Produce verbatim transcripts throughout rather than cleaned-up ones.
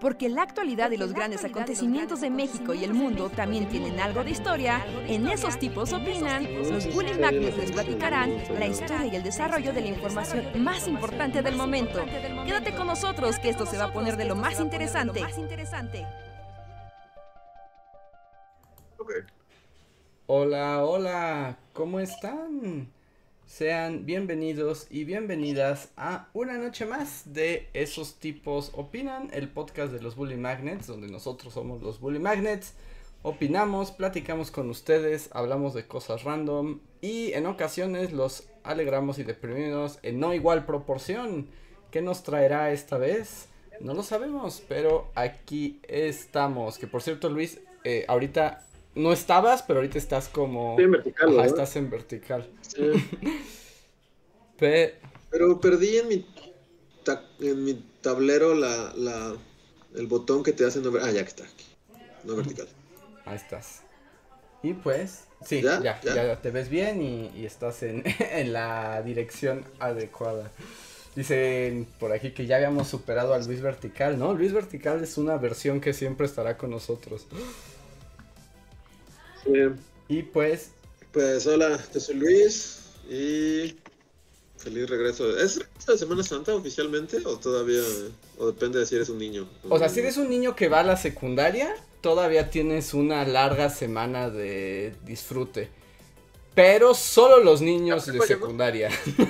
Porque la actualidad y los grandes acontecimientos de México y el mundo también tienen algo de historia, en Esos Tipos Opinan, los Bully Magnets les platicarán la historia y el desarrollo de la información más importante del momento. Quédate con nosotros que esto se va a poner de lo más interesante. Okay. Hola, hola, ¿cómo están? Sean bienvenidos y bienvenidas a una noche más de Esos Tipos Opinan, el podcast de los Bully Magnets, donde nosotros somos los Bully Magnets, opinamos, platicamos con ustedes, hablamos de cosas random y en ocasiones los alegramos y deprimimos en no igual proporción. ¿Qué nos traerá esta vez? No lo sabemos, pero aquí estamos. Que por cierto, Luis, eh, ahorita no estabas, pero ahorita estás como... Estoy en vertical, Ajá, ¿verdad? estás en vertical. Sí. Pe... Pero perdí en mi ta- en mi tablero la, la el botón que te hace no ver. Ah, ya que está aquí. No vertical. Ahí estás. Y pues, sí, ¿Ya? ya, ya, ¿Ya? te ves bien y, y estás en, en la dirección adecuada. Dicen por aquí que ya habíamos superado al Luis Vertical, ¿no? Luis Vertical es una versión que siempre estará con nosotros. Sí. Y pues, Pues hola, yo soy Luis y feliz regreso. ¿Es regreso de Semana Santa oficialmente o todavía o depende de si eres un niño? o sea, si eres un niño que va a la secundaria, todavía tienes una larga semana de disfrute. Pero solo los niños de secundaria.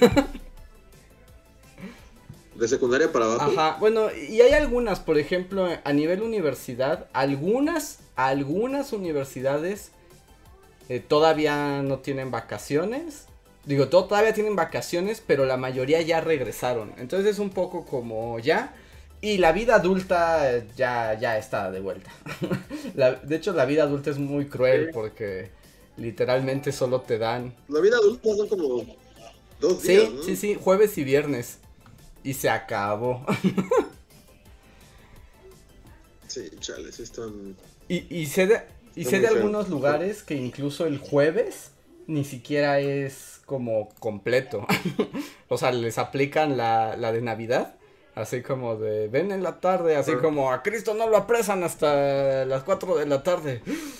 De secundaria para abajo. Ajá, bueno, y hay algunas, por ejemplo, a nivel universidad, algunas, algunas universidades eh, todavía no tienen vacaciones. Digo, to- todavía tienen vacaciones, pero la mayoría ya regresaron. Entonces es un poco como ya. Y la vida adulta eh, ya, ya está de vuelta. La- de hecho, la vida adulta es muy cruel porque literalmente solo te dan... La vida adulta son como dos Sí, días, ¿no? sí, sí, jueves y viernes. Y se acabó. Sí, chale, sí están... Y, y sé de, y Está sé muy de feo. algunos lugares que incluso el jueves ni siquiera es como completo. O sea, les aplican la, la de Navidad. Así como de, ven en la tarde, así Ah. como a Cristo no lo apresan hasta las cuatro de la tarde.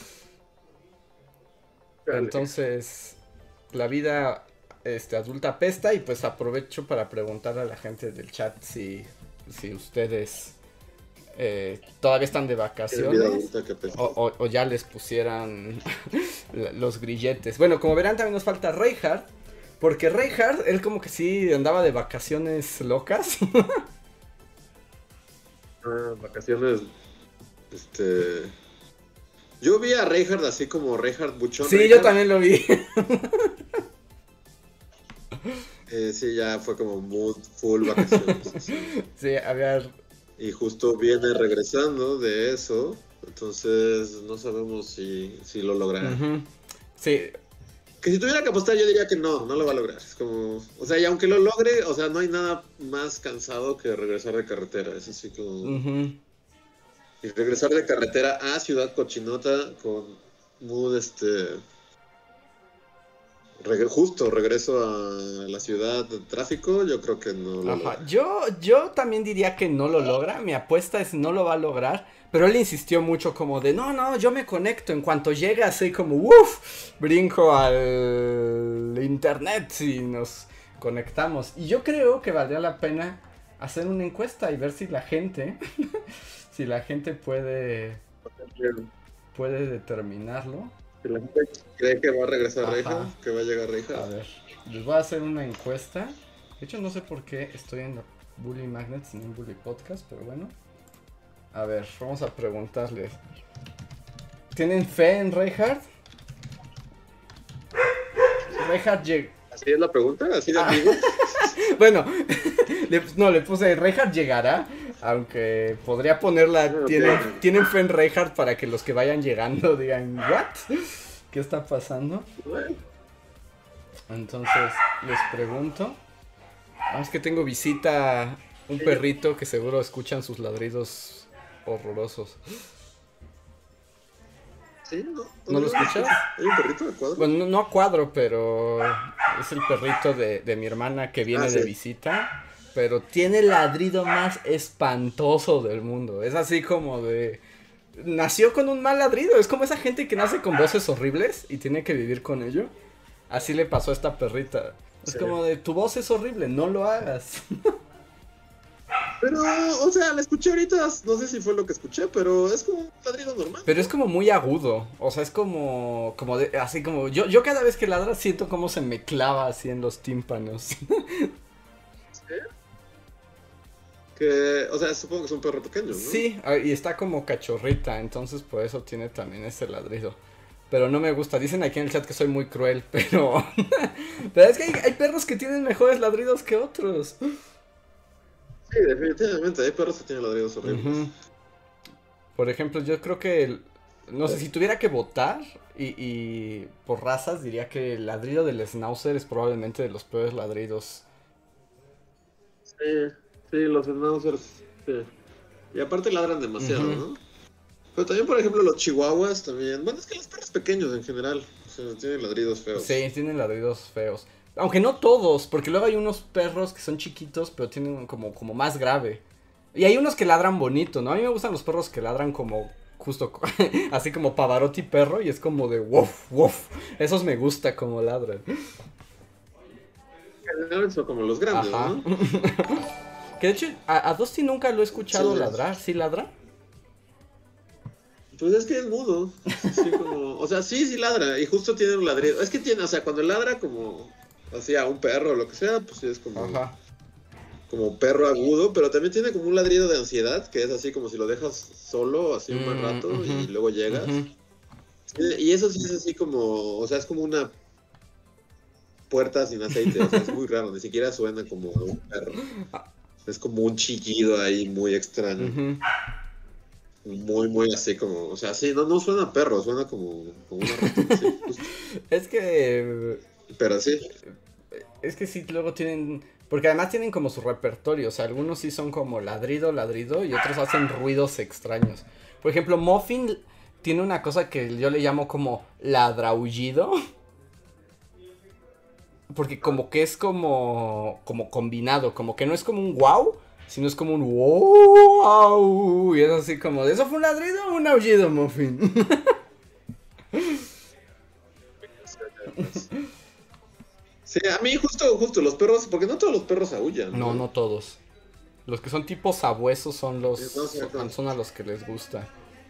Chale. Entonces, la vida este, adulta apesta y pues aprovecho para preguntar a la gente del chat si, si ustedes eh, todavía están de Qué vida vacaciones. adulta que apesta. O, o, o ya les pusieran los grilletes. Bueno, como verán también nos falta Reinhardt. Porque Reinhardt, él como que sí andaba de vacaciones locas. Ah, vacaciones. Este. Yo vi a Reinhardt así como Reinhardt Buchón. Sí, yo Reinhardt. también lo vi. Eh, sí, ya fue como mood full vacaciones. así. Sí, había... Y justo viene regresando de eso. Entonces no sabemos si, si lo logrará. Ujú. Sí, Que si tuviera que apostar, yo diría que no, no lo va a lograr. Es como. O sea, y aunque lo logre, o sea, no hay nada más cansado que regresar de carretera. Es así como. ujú. Y regresar de carretera a Ciudad Cochinota con mood, este. reg- justo regreso a la ciudad de tráfico, yo creo que no lo Ajá. logra. Yo, yo también diría que no lo logra. Mi apuesta es no lo va a lograr. Pero él insistió mucho como de no, no, yo me conecto. En cuanto llega así como uff, brinco al internet y nos conectamos. Y yo creo que valdría la pena hacer una encuesta y ver si la gente, si la gente puede, puede determinarlo. Si la gente cree que va a regresar Ajá. Reija, que va a llegar A Reija. ver, les voy a hacer una encuesta. De hecho, no sé por qué estoy en la Bully Magnets y en un Bully Podcast, pero bueno. A ver, vamos a preguntarles. ¿Tienen fe en Reinhardt? Reinhardt lleg... ¿Así es la pregunta? ¿Así de Ah. amigo? Bueno, le- no, le puse Reinhardt llegará, aunque podría ponerla, Ok. ¿tienen, ¿tienen fe en Reinhardt para que los que vayan llegando digan, ¿what? ¿Qué está pasando? Bueno, Entonces, les pregunto. Ah, es que tengo visita un perrito que seguro escuchan sus ladridos horrorosos. sí, no. ¿No lo escuchas? ¿Hay un perrito de cuadro? Bueno, no, no a cuadro, pero es el perrito de, de mi hermana que viene Ah, de sí. visita. pero tiene el ladrido más espantoso del mundo. Es así como de... Nació con un mal ladrido. Es como esa gente que nace con voces horribles y tiene que vivir con ello. Así le pasó a esta perrita. Es sí. como de, tu voz es horrible, no lo hagas. Pero, o sea, la escuché ahorita, no sé si fue lo que escuché, pero es como un ladrido normal. Pero es como muy agudo, o sea, es como, como de, así como, yo, yo cada vez que ladra siento como se me clava así en los tímpanos. ¿Sí? Que, o sea, supongo que es un perro pequeño, ¿no? Sí, y está como cachorrita, entonces por eso tiene también ese ladrido. Pero no me gusta, dicen aquí en el chat que soy muy cruel, pero... pero es que hay, hay perros que tienen mejores ladridos que otros. Sí, definitivamente, hay perros que tienen ladridos horribles. Uh-huh. Por ejemplo, yo creo que, el, no sé, si tuviera que votar y, y por razas, diría que el ladrido del Schnauzer es probablemente de los peores ladridos. Sí, sí, los Schnauzers, sí. Y aparte ladran demasiado, uh-huh. ¿no? Pero también, por ejemplo, los chihuahuas también. Bueno, es que los perros pequeños en general, o sea, tienen ladridos feos. Sí, tienen ladridos feos. Aunque no todos, porque luego hay unos perros que son chiquitos, pero tienen como, como más grave. Y hay unos que ladran bonito, ¿no? A mí me gustan los perros que ladran como, justo, así como Pavarotti perro, y es como de wof, wof. Esos me gusta como ladran. Son como los grandes, ajá. ¿no? Que de hecho, a, a Dusty nunca lo he escuchado sí, ladrar, ¿sí ladra? Pues es que es mudo, así como, o sea, sí, sí ladra, y justo tiene un ladrido. Es que tiene, o sea, cuando ladra como... así a un perro o lo que sea, pues sí es como, Ajá. como perro agudo, pero también tiene como un ladrido de ansiedad, que es así como si lo dejas solo, así un buen rato, uh-huh. y luego llegas. Uh-huh. Y eso sí es así como, o sea, es como una puerta sin aceite, o sea, es muy raro, ni siquiera suena como un perro. Es como un chillido ahí muy extraño. Uh-huh. Muy, muy así como, o sea, sí, no, no suena a perro, suena como, como una ratita, sí, es que... Pero sí. Es que sí, luego tienen... Porque además tienen como su repertorio, o sea, algunos sí son como ladrido, ladrido, y otros hacen ruidos extraños. Por ejemplo, Muffin tiene una cosa que yo le llamo como ladraullido. Porque como que es como, como combinado, como que no es como un wow, sino es como un wow, y es así como, ¿eso fue un ladrido o un aullido, Muffin? Sí, a mí justo, justo los perros, porque no todos los perros aullan. No, no, no todos. Los que son tipo sabuesos son los, no, sí, son, son a los que les gusta.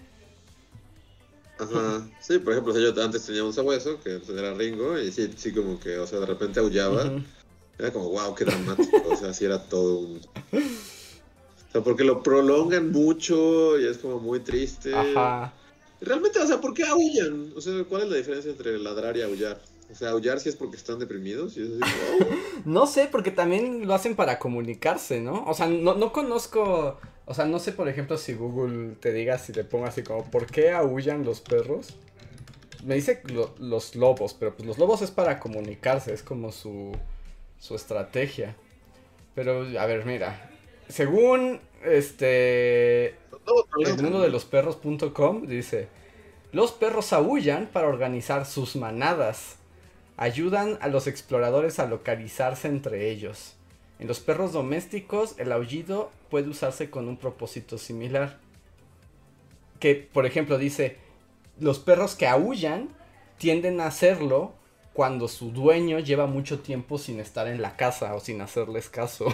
Ajá, sí, por ejemplo, o sea, yo antes tenía un sabueso, que era Ringo, y sí, sí como que, o sea, de repente aullaba. Uh-huh. Era como, wow, qué dramático, o sea, sí era todo un... O sea, porque lo prolongan mucho y es como muy triste. Ajá. Realmente, o sea, ¿por qué aullan? O sea, ¿cuál es la diferencia entre ladrar y aullar? O sea, aullar si es porque están deprimidos y es así como, oh. No sé, porque también lo hacen para comunicarse, ¿no? O sea, no, no conozco, o sea, no sé, por ejemplo, si Google te diga, si le pongo así como, ¿por qué aullan los perros? Me dice lo, los lobos, pero pues los lobos es para comunicarse, es como su, su estrategia. Pero, a ver, mira, según, este, el mundo de los perros punto com, dice, los perros aullan para organizar sus manadas. Ayudan a los exploradores a localizarse entre ellos. En los perros domésticos, el aullido puede usarse con un propósito similar. Que, por ejemplo, dice, los perros que aullan tienden a hacerlo cuando su dueño lleva mucho tiempo sin estar en la casa o sin hacerles caso.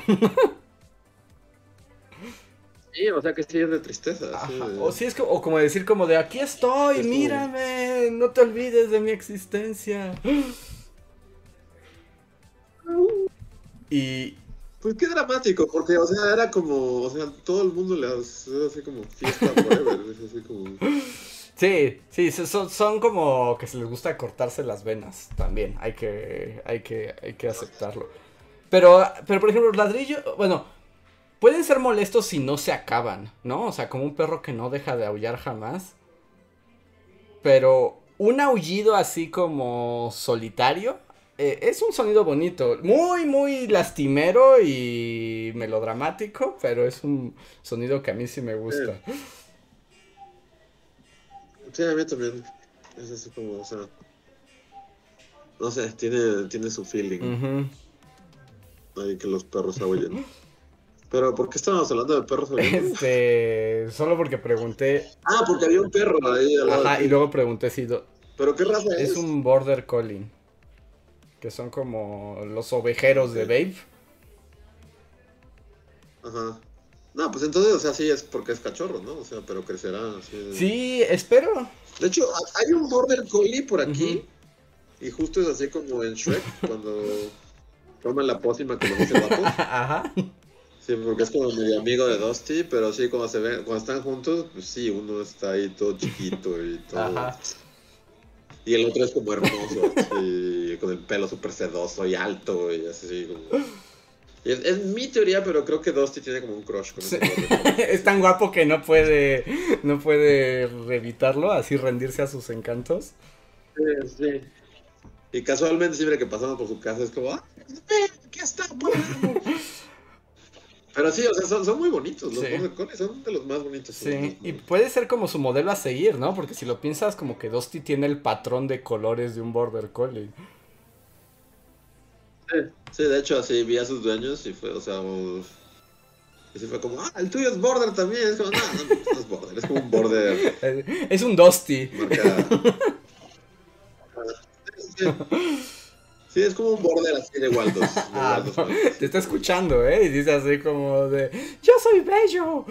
Sí, o sea que sí es de tristeza. Ajá. Sí. O sí es como, o como decir como de, aquí estoy, es mírame, como... no te olvides de mi existencia. Y... Pues qué dramático, porque, o sea, era como, o sea, todo el mundo le hace así como fiesta forever, es así como... Sí, sí, son, son como que se les gusta cortarse las venas también, hay que, hay que, hay que aceptarlo. Pero, pero por ejemplo, los ladrillos, bueno, pueden ser molestos si no se acaban, ¿no? O sea, como un perro que no deja de aullar jamás. Pero un aullido así como solitario, eh, es un sonido bonito, muy, muy lastimero y melodramático, pero es un sonido que a mí sí me gusta. Sí. Sí, a mí también. Es así como, o sea... No sé, tiene, tiene su feeling. Uh-huh. Ahí que los perros aullen. Pero, ¿por qué estábamos hablando de perros ahorita? Este, solo porque pregunté. Ah, porque había un perro ahí al lado. Ajá, y luego pregunté si. Do... ¿Pero qué raza es? Es un Border Collie. Que son como los ovejeros de Babe. Ajá. No, pues entonces, o sea, sí es porque es cachorro, ¿no? O sea, pero crecerá así. De... Sí, espero. De hecho, hay un Border Collie por aquí. Uh-huh. Y justo es así como en Shrek, cuando toman la pócima que lo dice guapo. Ajá. Sí, porque es como medio amigo de Dusty, pero sí, cuando se ven, cuando están juntos, pues sí, uno está ahí todo chiquito y todo. Ajá. Y el otro es como hermoso, así, con el pelo súper sedoso y alto y así como... Y es, es mi teoría, pero creo que Dusty tiene como un crush con sí. ese Es tan guapo que no puede, no puede evitarlo, así rendirse a sus encantos. Sí, sí. Y casualmente siempre que pasamos por su casa es como, ¡ah! ¿Qué está pasando? Pero sí, o sea, son, son muy bonitos, los sí. Border Collie son de los más bonitos. Sí, los y puede ser como su modelo a seguir, ¿no? Porque si lo piensas, como que Dusty tiene el patrón de colores de un Border Collie. Sí, sí, de hecho así vi a sus dueños y fue, o sea, uh, y fue como, ah, el tuyo es Border también. Es como, no, no, no es Border, es como un Border. Es un Dusty. Marca... sí, sí. Sí, es como un Border así de Waldos. De ah, Waldos, no. Te está escuchando, ¿eh? Y dice así como de, ¡yo soy bello!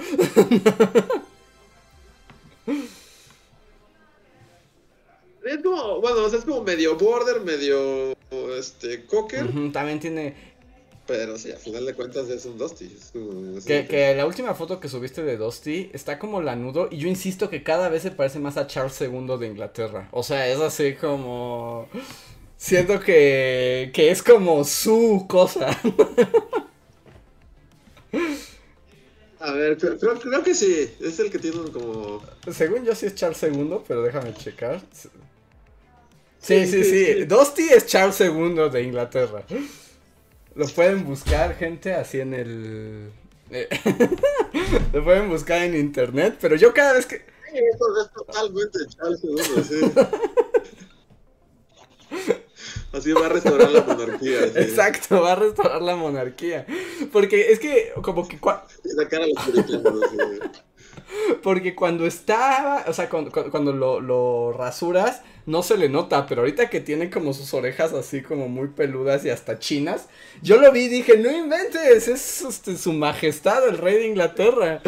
Es como, bueno, o sea, es como medio Border, medio, este, Cocker. Uh-huh, también tiene... Pero sí, al final de cuentas es un Dusty. Es como, es que, que la última foto que subiste de Dusty está como lanudo. Y yo insisto que cada vez se parece más a Charles segundo de Inglaterra. O sea, es así como... Siento que, que es como su cosa. A ver, creo, creo, creo que sí. Es el que tiene como... Según yo sí es Charles segundo, pero déjame checar. Sí, sí, sí. sí. sí. Dusty es Charles segundo de Inglaterra. Lo pueden buscar, gente, así en el... Lo pueden buscar en internet, pero yo cada vez que... Sí, eso es totalmente Charles segundo, sí. Así va a restaurar la monarquía. ¿Sí? Exacto, va a restaurar la monarquía. Porque es que como que... Cua... Y sacar a los puritanos, sí. Porque cuando estaba, o sea, cuando, cuando lo, lo rasuras, no se le nota, pero ahorita que tiene como sus orejas así como muy peludas y hasta chinas, yo lo vi y dije, no inventes, es este, su majestad, el rey de Inglaterra.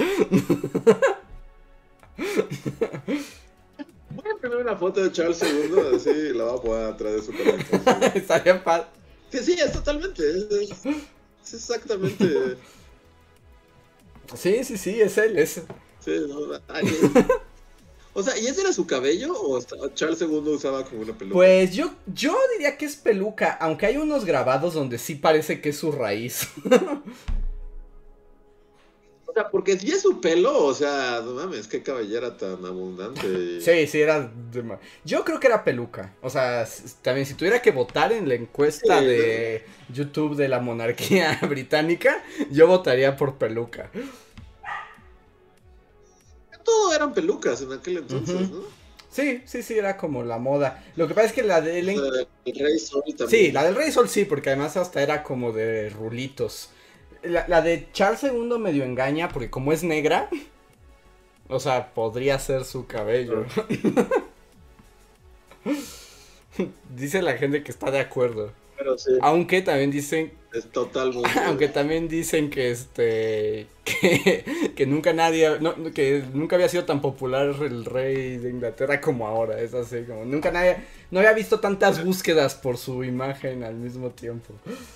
Voy a poner una foto de Charles segundo, así la voy a poner atrás de su colección. Estaría padre. Sí, sí, es totalmente, es, es exactamente. Sí, sí, sí, es él, es... Sí, no, ay, o sea, ¿y ese era su cabello o Charles segundo usaba como una peluca? Pues yo, yo diría que es peluca, aunque hay unos grabados donde sí parece que es su raíz. O sea, porque si es su pelo, o sea, no mames, qué cabellera tan abundante. Y... Sí, sí, era... De... Yo creo que era peluca. O sea, también si tuviera que votar en la encuesta sí, de no. YouTube de la monarquía británica, yo votaría por peluca. Todo eran pelucas en aquel entonces, uh-huh. ¿no? Sí, sí, sí, era como la moda. Lo que pasa es que la del... O sea, el Rey Sol también. Sí, la del Rey Sol sí, porque además hasta era como de rulitos. La, la de Charles segundo medio engaña, porque como es negra, o sea, podría ser su cabello. Dice la gente que está de acuerdo. Pero sí. Aunque también dicen... Es totalmente... Aunque también dicen que este... Que, que nunca nadie... No, que nunca había sido tan popular el rey de Inglaterra como ahora. Es así, como nunca nadie... No había visto tantas búsquedas por su imagen al mismo tiempo.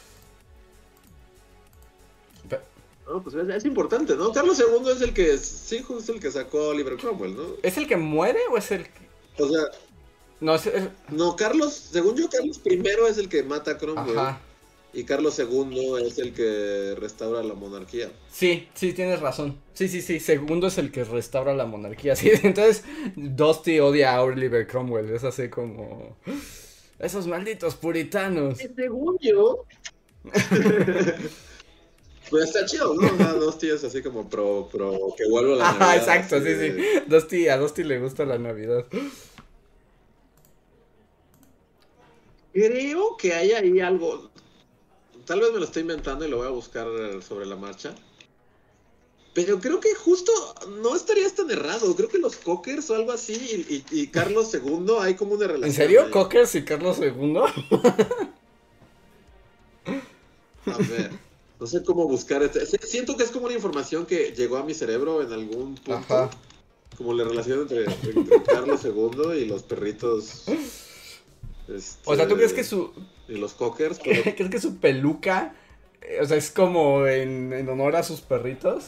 No, pues es, es importante, ¿no? Carlos segundo es el que... Sí, es el que sacó a Oliver Cromwell, ¿no? ¿Es el que muere o es el que...? O sea... No, es el... no, Carlos... Según yo, Carlos primero es el que mata a Cromwell. Ajá. Y Carlos segundo es el que restaura la monarquía. Sí, sí, tienes razón. Sí, sí, sí, segundo es el que restaura la monarquía. Sí, entonces Dusty odia a Oliver Cromwell. Es así como... Esos malditos puritanos. Y según yo... Pues está chido, ¿no? O sea, Dusty es así como pro, pro, que vuelva la Navidad. Ah, exacto, sí, de... sí. Dusty, a Dusty le gusta la Navidad. Creo que hay ahí algo... Tal vez me lo estoy inventando y lo voy a buscar sobre la marcha. Pero creo que justo no estarías tan errado. Creo que los Cockers o algo así y, y, y Carlos segundo hay como una relación. ¿En serio? Ahí. ¿Cockers y Carlos segundo? A ver, no sé cómo buscar este. Siento que es como una información que llegó a mi cerebro en algún punto. Ajá. Como la relación entre, entre Carlos segundo y los perritos. Este, o sea, ¿tú crees que su... y los Cockers? Pero... ¿Crees que su peluca, o sea, es como en, en honor a sus perritos?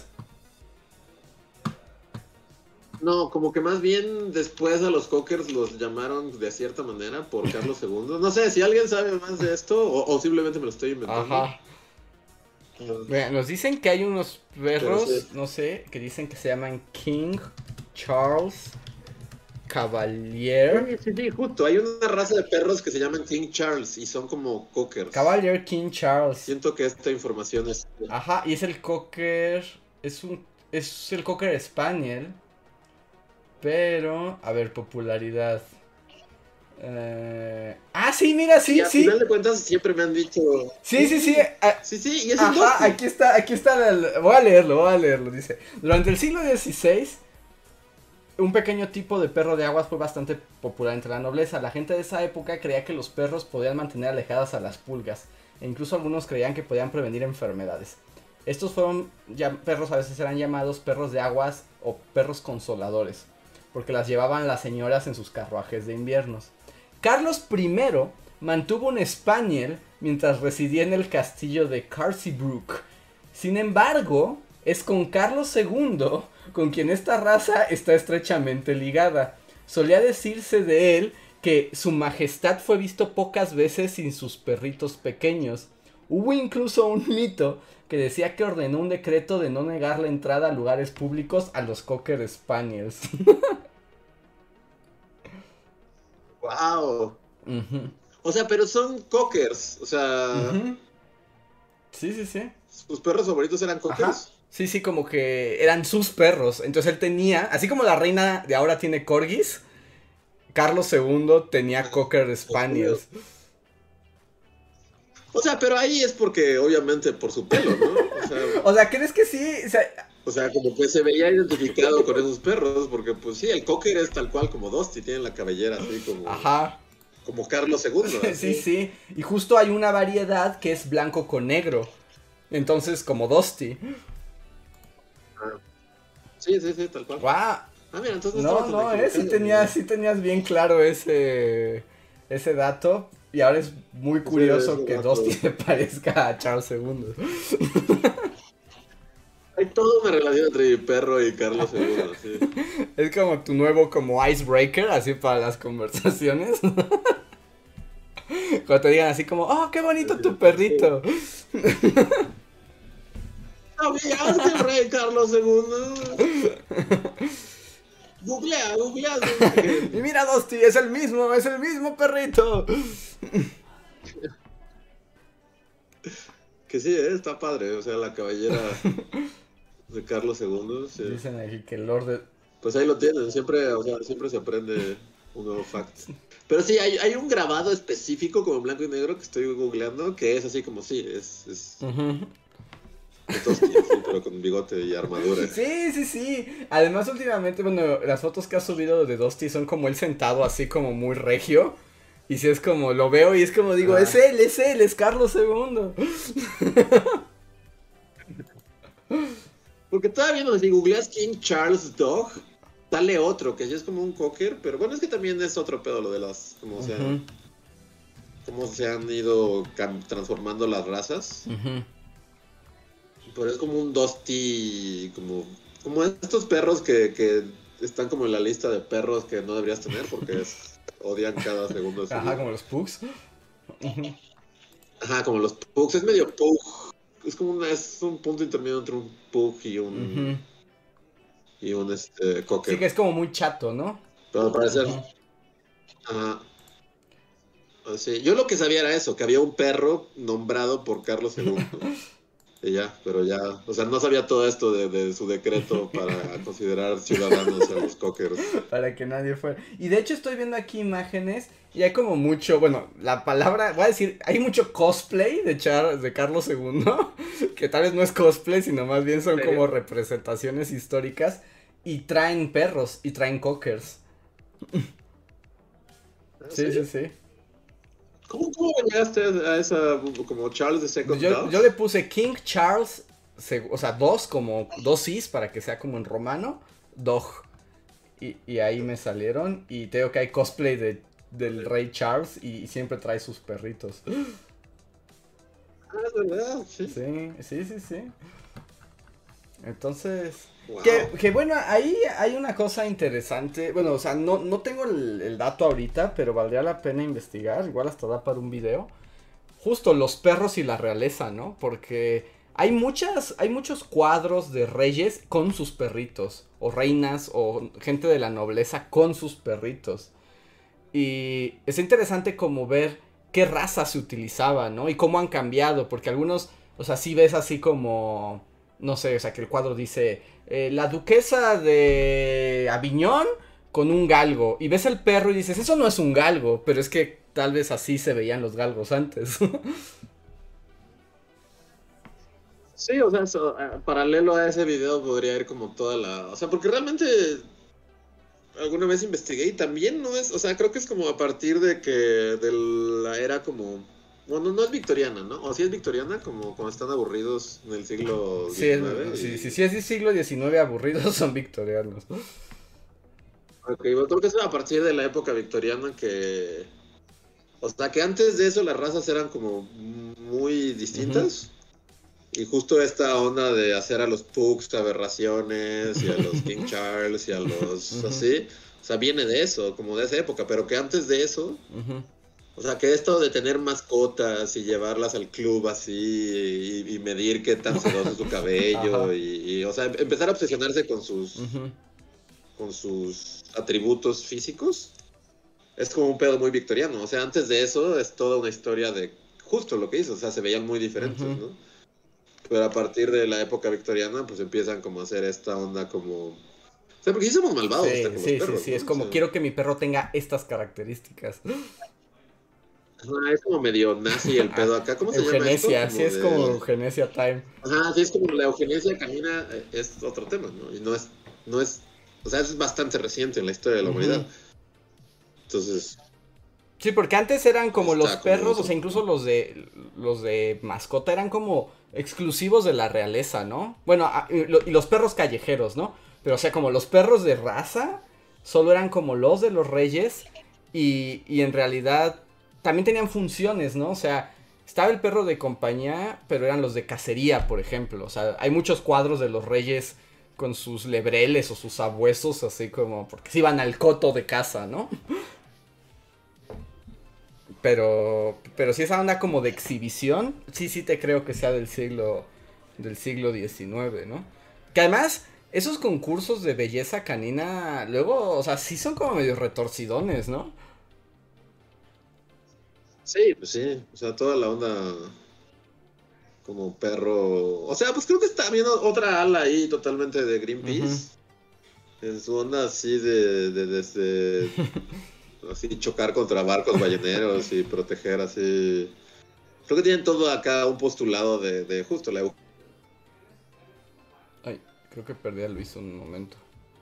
No, como que más bien después a los Cockers los llamaron de cierta manera por Carlos segundo. No sé, si alguien sabe más de esto o, o simplemente me lo estoy inventando. Ajá. Uh, Mira, nos dicen que hay unos perros, sí. no sé, que dicen que se llaman King Charles Cavalier. Sí, sí, sí, justo. Hay una raza de perros que se llaman King Charles y son como Cockers. Cavalier King Charles. Siento que esta información es... Ajá, y es el Cocker, es un, es el Cocker Spaniel. Pero, a ver, popularidad. Eh... Ah, sí, mira, sí, y a sí. Al final de cuentas siempre me han dicho. Sí, sí, sí. Ah, sí, sí, y es ajá, un Ajá, aquí está, aquí está. El... Voy a leerlo, voy a leerlo. Dice: durante el siglo dieciséis, un pequeño tipo de perro de aguas fue bastante popular entre la nobleza. La gente de esa época creía que los perros podían mantener alejadas a las pulgas. E incluso algunos creían que podían prevenir enfermedades. Estos fueron ya, perros a veces eran llamados perros de aguas o perros consoladores, porque las llevaban las señoras en sus carruajes de inviernos. Carlos primero mantuvo un Spaniel mientras residía en el castillo de Carsey-Brook. Sin embargo, es con Carlos segundo con quien esta raza está estrechamente ligada. Solía decirse de él que su majestad fue visto pocas veces sin sus perritos pequeños. Hubo incluso un mito que decía que ordenó un decreto de no negar la entrada a lugares públicos a los Cocker Spaniels. Wow. Uh-huh. O sea, pero son Cockers, o sea... Uh-huh. Sí, sí, sí. ¿Sus perros favoritos eran Cockers? Ajá. Sí, sí, como que eran sus perros. Entonces él tenía, así como la reina de ahora tiene corgis, Carlos segundo tenía Cocker Spaniels. O sea, pero ahí es porque, obviamente, por su pelo, ¿no? O sea, o sea ¿crees que sí? O sea, o sea, como que se veía identificado con esos perros, porque, pues sí, el Cocker es tal cual como Dusty, tiene la cabellera así como... Ajá. Como Carlos segundo. Sí, sí. Y justo hay una variedad que es blanco con negro. Entonces, como Dusty. Ah. Sí, sí, sí, tal cual. ¡Guau! Ah, mira, entonces no, no, eh, sí tenías, sí tenías bien claro ese, ese dato. Y ahora es muy curioso sí, que dato. Dusty se parezca a Charles segundo. Hay toda una relación entre mi perro y Carlos segundo, sí. Es como tu nuevo como icebreaker, así para las conversaciones. Cuando te digan así como, oh, qué bonito tu perrito. ¿Sabías que el rey Carlos segundo? Googlea, googlea. Y mira, Dusty, es el mismo, es el mismo perrito. Que sí, ¿eh? Está padre, o sea, la cabellera de Carlos segundo. Sí. Dicen aquí que el Lord de... Pues ahí lo tienen, siempre, o sea, siempre se aprende un nuevo fact. Pero sí, hay, hay un grabado específico como en blanco y negro que estoy googleando, que es así como sí, es... es... Uh-huh. Dusty, sí, pero con bigote y armadura. Sí, sí, sí. Además, últimamente, bueno, las fotos que has subido de Dusty son como él sentado así como muy regio. Y si es como, lo veo y es como digo, ah. es él, es él, es Carlos segundo. Porque todavía no, si googleas King Charles Dog, sale otro, que sí es como un cocker, pero bueno, es que también es otro pedo lo de las, como, uh-huh. se, han, como se han ido transformando las razas. Uh-huh. Pero es como un Dusty, como, como estos perros que, que están como en la lista de perros que no deberías tener porque es... odian cada segundo de su Ajá, vida. como los pugs. Uh-huh. Ajá, como los pugs. Es medio pug. Es como una, es un punto intermedio entre un pug y un... Uh-huh. Y un este, cocker. Sí, que es como muy chato, ¿no? Pero al parecer... Uh-huh. Ajá. Sí, yo lo que sabía era eso, que había un perro nombrado por Carlos segundo. Y ya, pero ya, o sea, no sabía todo esto de, de su decreto para considerar ciudadanos a los cockers. Para que nadie fuera. Y de hecho estoy viendo aquí imágenes y hay como mucho, bueno, la palabra, voy a decir, hay mucho cosplay de Char, de Carlos segundo, que tal vez no es cosplay, sino más bien son como representaciones históricas y traen perros y traen cockers. Sí, sí, sí. sí. ¿Cómo, ¿Cómo llegaste a esa, como Charles de Second yo, yo le puse King Charles, o sea, dos, como dos is para que sea como en romano, Dog. Y, y ahí me salieron, y te digo que hay cosplay de, del rey Charles y, y siempre trae sus perritos. Ah, es verdad, sí. Sí, sí, sí, sí. Entonces... Wow. Que, que bueno, ahí hay una cosa interesante. Bueno, o sea, no, no tengo el, el dato ahorita, pero valdría la pena investigar. Igual hasta da para un video. Justo los perros y la realeza, ¿no? Porque hay muchas, hay muchos cuadros de reyes con sus perritos. O reinas, o gente de la nobleza con sus perritos. Y es interesante como ver qué raza se utilizaba, ¿no? Y cómo han cambiado. Porque algunos, o sea, sí ves así como... No sé, o sea, que el cuadro dice, eh, la duquesa de Aviñón con un galgo. Y ves el perro y dices, eso no es un galgo, pero es que tal vez así se veían los galgos antes. Sí, o sea, eso, uh, paralelo a ese video podría ir como toda la... O sea, porque realmente alguna vez investigué y también no es... O sea, creo que es como a partir de que de la era como... Bueno, no es victoriana, ¿no? O sí es victoriana, como cuando están aburridos en el siglo diecinueve. Sí, y... sí, sí, sí, es el siglo diecinueve aburridos, son victorianos. Ok, bueno, creo que es a partir de la época victoriana que... O sea, que antes de eso las razas eran como muy distintas. Uh-huh. Y justo esta onda de hacer a los pugs aberraciones y a los King Charles y a los uh-huh. así. O sea, viene de eso, como de esa época. Pero que antes de eso... Uh-huh. O sea, que esto de tener mascotas y llevarlas al club así y, y medir qué tan sedoso es su cabello y, y, o sea, empezar a obsesionarse con sus uh-huh. con sus atributos físicos es como un pedo muy victoriano. O sea, antes de eso es toda una historia de justo lo que hizo, o sea, se veían muy diferentes, uh-huh. ¿no? Pero a partir de la época victoriana, pues empiezan como a hacer esta onda como... O sea, porque sí somos malvados. Sí, hasta con sí, los perros, sí, sí, ¿no? es como, o sea, quiero que mi perro tenga estas características. Ajá, es como medio nazi el pedo acá. ¿Cómo se eugenesia, llama esto? Sí, es de... como eugenesia time. Ajá, sí, es como la eugenesia canina, es otro tema, ¿no? Y no es, no es, o sea, es bastante reciente en la historia de la humanidad. Uh-huh. Entonces... Sí, porque antes eran como los perros, como o sea, incluso los de los de mascota eran como exclusivos de la realeza, ¿no? Bueno, y los perros callejeros, ¿no? Pero, o sea, como los perros de raza solo eran como los de los reyes y, y en realidad... También tenían funciones, ¿no? O sea, estaba el perro de compañía, pero eran los de cacería, por ejemplo. O sea, hay muchos cuadros de los reyes con sus lebreles o sus sabuesos, así como... Porque se iban al coto de caza, ¿no? Pero... Pero si esa onda como de exhibición, sí, sí te creo que sea del siglo... Del siglo diecinueve, ¿no? Que además, esos concursos de belleza canina, luego, o sea, sí son como medio retorcidones, ¿no? Sí, pues sí, o sea, toda la onda como perro, o sea, pues creo que está viendo otra ala ahí totalmente de Greenpeace, uh-huh. en su onda así de, de desde, así chocar contra barcos balleneros y proteger así, creo que tienen todo acá un postulado de, de justo la... Ay, creo que perdí a Luis un momento.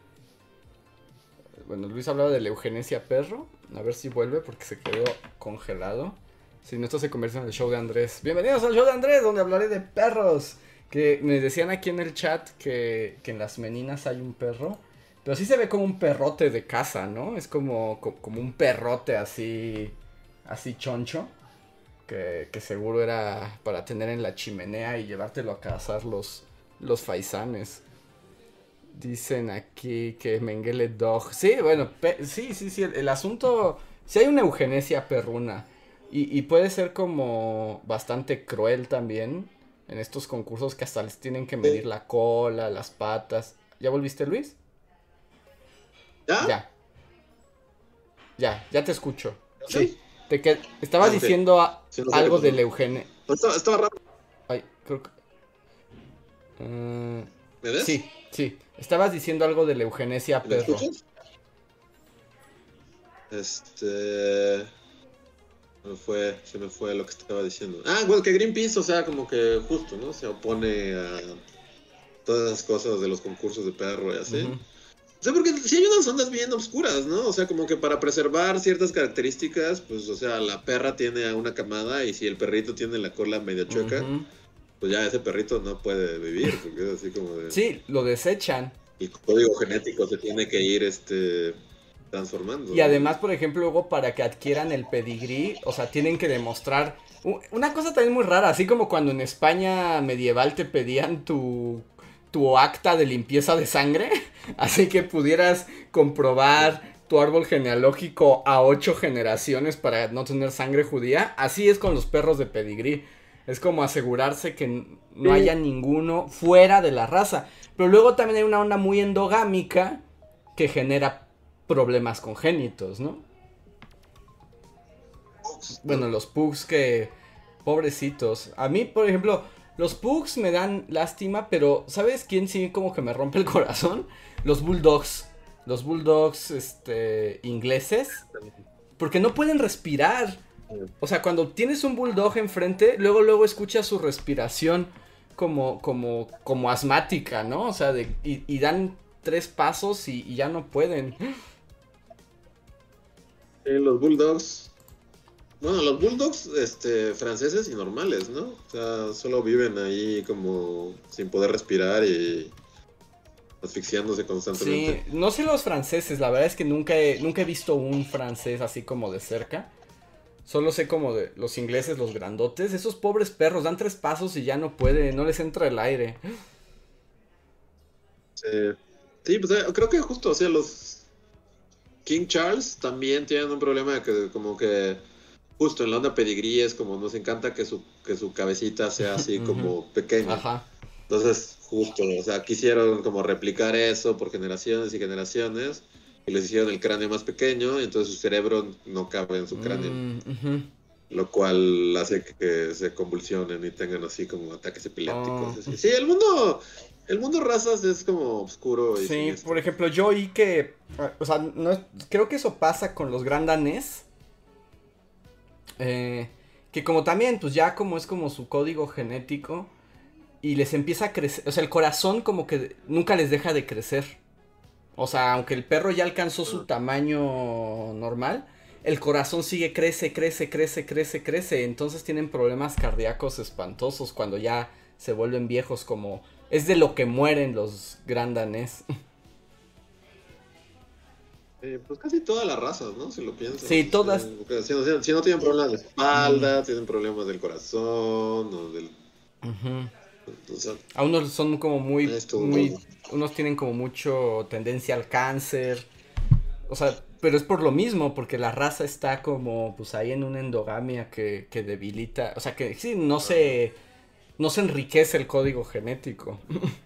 Bueno, Luis hablaba de la eugenesia perro. A ver si vuelve porque se quedó congelado. Si no, esto se convierte en el show de Andrés. Bienvenidos al show de Andrés, donde hablaré de perros. Que me decían aquí en el chat que, que en las meninas hay un perro. Pero sí se ve como un perrote de casa, ¿no? Es como, como un perrote así, así choncho. Que, que seguro era para tener en la chimenea y llevártelo a cazar los, los faisanes. Dicen aquí que Mengele Dog. Sí, bueno, pe- sí, sí, sí. El, el asunto. Sí hay una eugenesia perruna. Y, y puede ser como bastante cruel también. En estos concursos que hasta les tienen que medir la cola, las patas. ¿Ya volviste, Luis? ¿Ya? Ya. Ya, ya te escucho. ¿Sí? Sí. Te que... Estabas ah, okay. diciendo a... sí, no sé algo de la eugenesia. Estaba, estaba raro. Ay, creo que... Uh, ¿Me ves? Sí, sí. Estabas diciendo algo de la eugenesia ¿Me perro. escuchas? Este... Se me fue, se me fue lo que estaba diciendo. Ah, bueno, que Greenpeace, o sea, como que justo, ¿no? Se opone a todas las cosas de los concursos de perro y así. Uh-huh. O sea, porque sí hay unas ondas bien oscuras, ¿no? O sea, como que para preservar ciertas características, pues, o sea, la perra tiene a una camada y si el perrito tiene la cola medio chueca, uh-huh. pues ya ese perrito no puede vivir, porque es así como de... Sí, lo desechan. El código genético se tiene que ir, este... transformando. Y además, por ejemplo, luego para que adquieran el pedigrí, o sea, tienen que demostrar... Una cosa también muy rara, así como cuando en España medieval te pedían tu... tu acta de limpieza de sangre, así que pudieras comprobar tu árbol genealógico a ocho generaciones para no tener sangre judía. Así es con los perros de pedigrí. Es como asegurarse que no haya ninguno fuera de la raza. Pero luego también hay una onda muy endogámica que genera problemas congénitos, ¿no? Bueno, los pugs que... pobrecitos. A mí, por ejemplo... Los pugs me dan lástima, pero ¿sabes quién sí como que me rompe el corazón? Los bulldogs. Los bulldogs, este, ingleses. Porque no pueden respirar. O sea, cuando tienes un bulldog enfrente, luego, luego escuchas su respiración como, como, como asmática, ¿no? O sea, de, y, y dan tres pasos y, y ya no pueden. Sí, los bulldogs... Bueno, los bulldogs este, franceses y normales, ¿no? O sea, solo viven ahí como sin poder respirar y asfixiándose constantemente. Sí, no sé los franceses, la verdad es que nunca he, nunca he visto un francés así como de cerca. Solo sé como de los ingleses, los grandotes. Esos pobres perros dan tres pasos y ya no pueden, no les entra el aire. Sí, sí pues creo que justo, o sea, los King Charles también tienen un problema de que como que... Justo en la onda pedigrí es como nos encanta que su, que su cabecita sea así como pequeña. Ajá. Entonces, justo, o sea, quisieron como replicar eso por generaciones y generaciones y les hicieron el cráneo más pequeño y entonces su cerebro no cabe en su cráneo. Uh-huh. Lo cual hace que se convulsionen y tengan así como ataques epilépticos. Oh. Sí, el mundo... El mundo razas es como oscuro. Y sí, siniestro. Por ejemplo, yo oí que... O sea, no, creo que eso pasa con los gran danés. Eh, que como también, pues ya como es como su código genético y les empieza a crecer, o sea, el corazón como que nunca les deja de crecer. O sea, aunque el perro ya alcanzó su tamaño normal, el corazón sigue, crece, crece, crece, crece, crece. Entonces tienen problemas cardíacos espantosos cuando ya se vuelven viejos, como es de lo que mueren los gran danés. Eh, pues casi todas las razas, ¿no? Si lo piensas. Sí, todas. Eh, si, no, si no tienen problemas de espalda, mm. tienen problemas del corazón o del... Uh-huh. O sea, a unos son como muy, muy bueno. Unos tienen como mucho tendencia al cáncer. O sea, pero es por lo mismo, porque la raza está como pues ahí en una endogamia que, que debilita. O sea, que sí, no se, no se enriquece el código genético.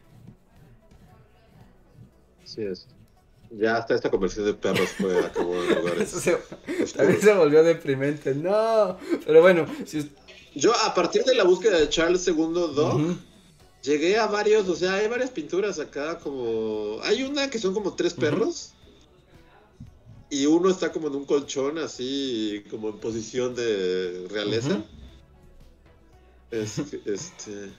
Así es. Ya hasta esta conversión de perros fue acabó en lugares. Eso se, también se volvió deprimente. No, pero bueno. Si... Yo a partir de la búsqueda de Charles segundo Dog, uh-huh. llegué a varios, o sea, hay varias pinturas acá como... Hay una que son como tres perros. Uh-huh. Y uno está como en un colchón así, como en posición de realeza. Uh-huh. Es, este...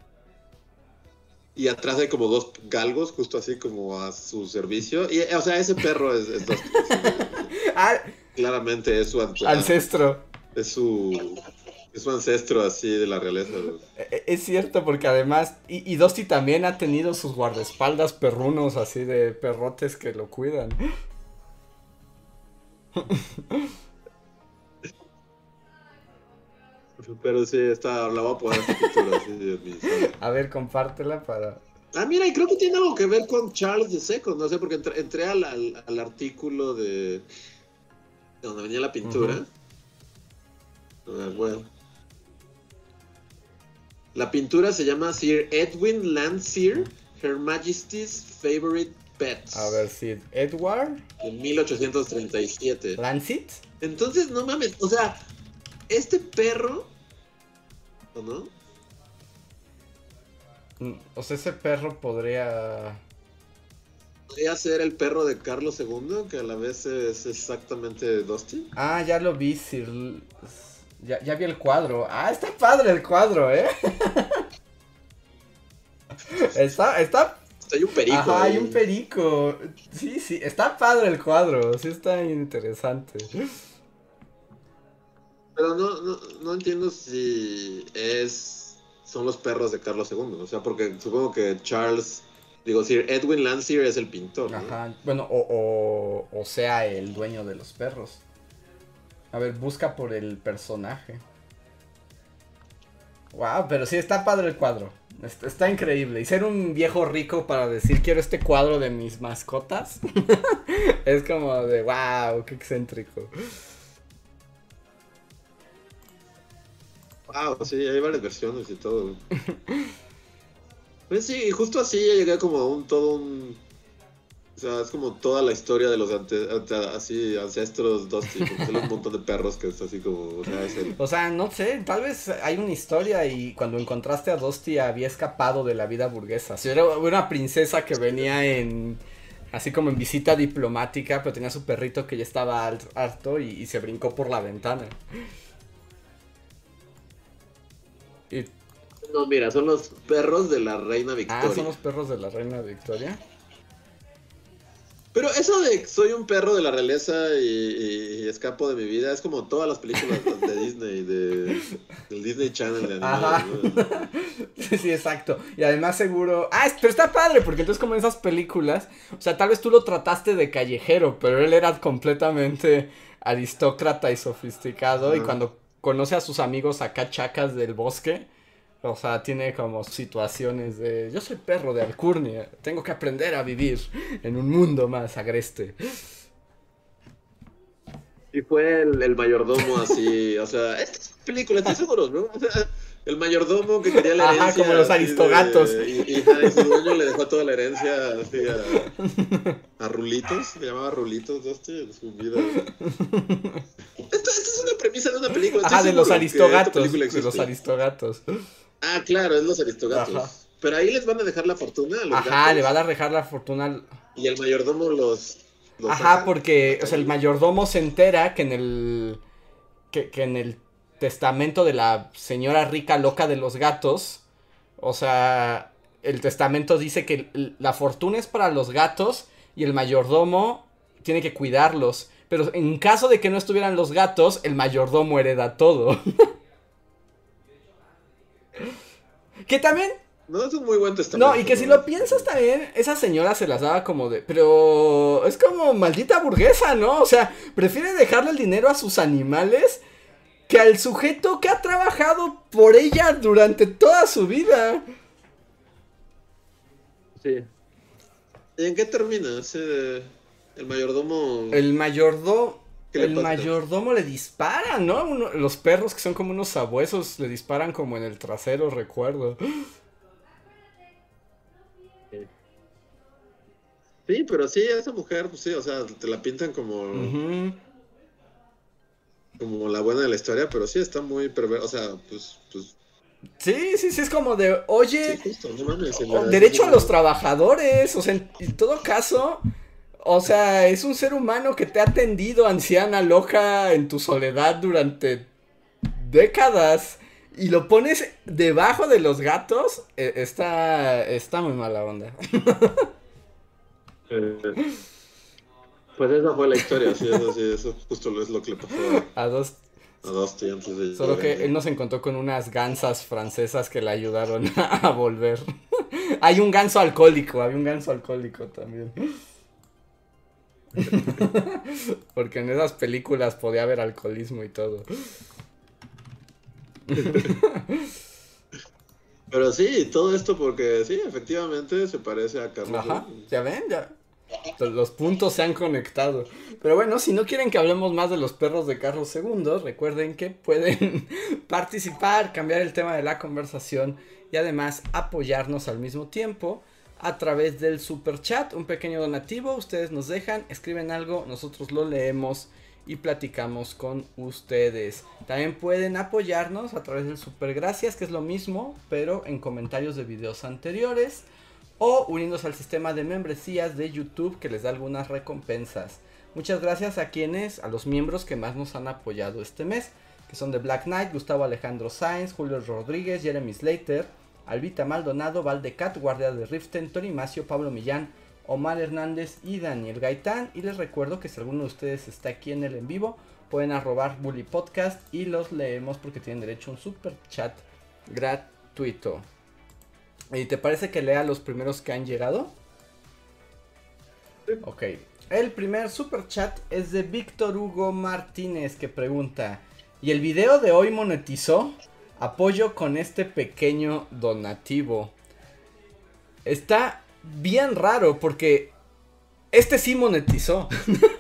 Y atrás hay como dos galgos, justo así como a su servicio. Y, o sea, ese perro es... es dos, ah, claramente es su... Ancestro. Es su... Es su ancestro así de la realeza. Es cierto, porque además... Y, y Dusty también ha tenido sus guardaespaldas perrunos así de perrotes que lo cuidan. Pero sí, está, la voy a poner esta pintura así de mi sala. A ver, compártela para... Ah, mira, y creo que tiene algo que ver con Charles the Second, no sé, porque entré, entré al, al, al artículo de... de donde venía la pintura. Uh-huh. A ver, bueno. La pintura se llama Sir Edwin Landseer, Her Majesty's Favorite Pets. A ver, Sir Edward. De mil ochocientos treinta y siete. ¿Landseer? Entonces, no mames, o sea... Este perro, ¿o no? O sea, ese perro podría... ¿Podría ser el perro de Carlos segundo, que a la vez es exactamente Dusty? Ah, ya lo vi, Sir... Ya, ya vi el cuadro. Ah, está padre el cuadro, ¿eh? está, está... Hay un perico. Ajá, ahí. hay un perico. Sí, sí, está padre el cuadro. Sí, está interesante. Pero no, no, no entiendo si es... Son los perros de Carlos segundo. O sea, porque supongo que Charles... Digo, Sir Edwin Landseer es el pintor, ¿no? Ajá, bueno, o, o, o sea, el dueño de los perros. A ver, busca por el personaje. Wow, pero sí, está padre el cuadro. Está, está increíble. Y ser un viejo rico para decir, quiero este cuadro de mis mascotas. Es como de, wow, qué excéntrico. Wow, sí, hay varias versiones y todo. Pues sí, justo así ya llegué como a un todo un... O sea, es como toda la historia de los ante, ante, así ancestros Dusty, porque son un montón de perros que es así como... O sea, es el... O sea, no sé, tal vez hay una historia y cuando encontraste a Dusty había escapado de la vida burguesa. Si era una princesa que venía en... Así como en visita diplomática, pero tenía su perrito que ya estaba harto y, y se brincó por la ventana. Y... No, mira, son los perros de la reina Victoria. Ah, son los perros de la reina Victoria. Pero eso de soy un perro de la realeza y, y, y escapo de mi vida es como todas las películas de Disney, de, del Disney Channel de animados, ¿no? Sí, sí, exacto. Y además seguro... Ah, pero está padre, porque entonces como en esas películas, o sea, tal vez tú lo trataste de callejero, pero él era completamente aristócrata y sofisticado. Ajá. Y cuando conoce a sus amigos acá chacas del bosque... O sea, tiene como situaciones de... Yo soy perro de alcurnia, tengo que aprender a vivir en un mundo más agreste. Y fue el, el mayordomo así, o sea, esta es película, estoy seguro, ¿no? O sea, el mayordomo que quería la herencia. Ajá, como los aristogatos. De, y, y, y su dueño le dejó toda la herencia así a, a Rulitos, se llamaba Rulitos, Dusty, en su vida. Esto, esto es una premisa de una película. Ajá, de los aristogatos, de los aristogatos. Ah, claro, es los aristogatos. Ajá. Pero ahí les van a dejar la fortuna a los Ajá, gatos. le van a dejar la fortuna. Y el mayordomo los... los Ajá, saca, porque, o sea, el mayordomo se entera que en el... Que, que en el testamento de la señora rica loca de los gatos, o sea, el testamento dice que la fortuna es para los gatos y el mayordomo tiene que cuidarlos. Pero en caso de que no estuvieran los gatos, el mayordomo hereda todo. Que también... No, es un muy buen testamento. No, y que si lo piensas también, esa señora se las daba como de... Pero es como maldita burguesa, ¿no? O sea, prefiere dejarle el dinero a sus animales que al sujeto que ha trabajado por ella durante toda su vida. Sí. ¿Y en qué termina ese... el mayordomo? El mayordomo... El mayordomo le dispara, ¿no? Uno, los perros que son como unos sabuesos le disparan como en el trasero, recuerdo. Sí, pero sí, esa mujer, pues sí, o sea, te la pintan como... Uh-huh. Como la buena de la historia, pero sí está muy perversa, o sea, pues... pues... Sí, sí, sí, es como de, oye... Sí, justo, no mames, oh, derecho a los trabajadores, o sea, en, en todo caso... O sea, es un ser humano que te ha atendido, anciana, loca, en tu soledad durante décadas. Y lo pones debajo de los gatos. Eh, está, está muy mala onda. Eh, pues esa fue la historia, sí, eso, sí, eso justo es lo que le pasó a, a dos. A Dusty antes de Solo que él nos encontró con unas gansas francesas que le ayudaron a volver. Hay un ganso alcohólico, había un ganso alcohólico también. Porque en esas películas podía haber alcoholismo y todo. Pero sí, todo esto porque sí, efectivamente se parece a Carlos. Ajá, ya ven, ya. Los puntos se han conectado. Pero bueno, si no quieren que hablemos más de los perros de Carlos segundo, recuerden que pueden participar, cambiar el tema de la conversación y además apoyarnos al mismo tiempo a través del super chat, un pequeño donativo. Ustedes nos dejan, escriben algo, nosotros lo leemos y platicamos con ustedes. También pueden apoyarnos a través del Super Gracias, que es lo mismo, pero en comentarios de videos anteriores, o uniéndose al sistema de membresías de YouTube, que les da algunas recompensas. Muchas gracias a quienes, a los miembros que más nos han apoyado este mes, que son de Black Knight, Gustavo Alejandro Sáenz, Julio Rodríguez, Jeremy Slater, Albita Maldonado, Valdecat, Guardia de Riften, Tony Macio, Pablo Millán, Omar Hernández y Daniel Gaitán. Y les recuerdo que si alguno de ustedes está aquí en el en vivo, pueden arrobar Bully Podcast y los leemos porque tienen derecho a un super chat gratuito. ¿Y te parece que lea los primeros que han llegado? Sí. Ok. El primer super chat es de Víctor Hugo Martínez, que pregunta: ¿y el video de hoy monetizó? Apoyo con este pequeño donativo. Está bien raro porque este sí monetizó.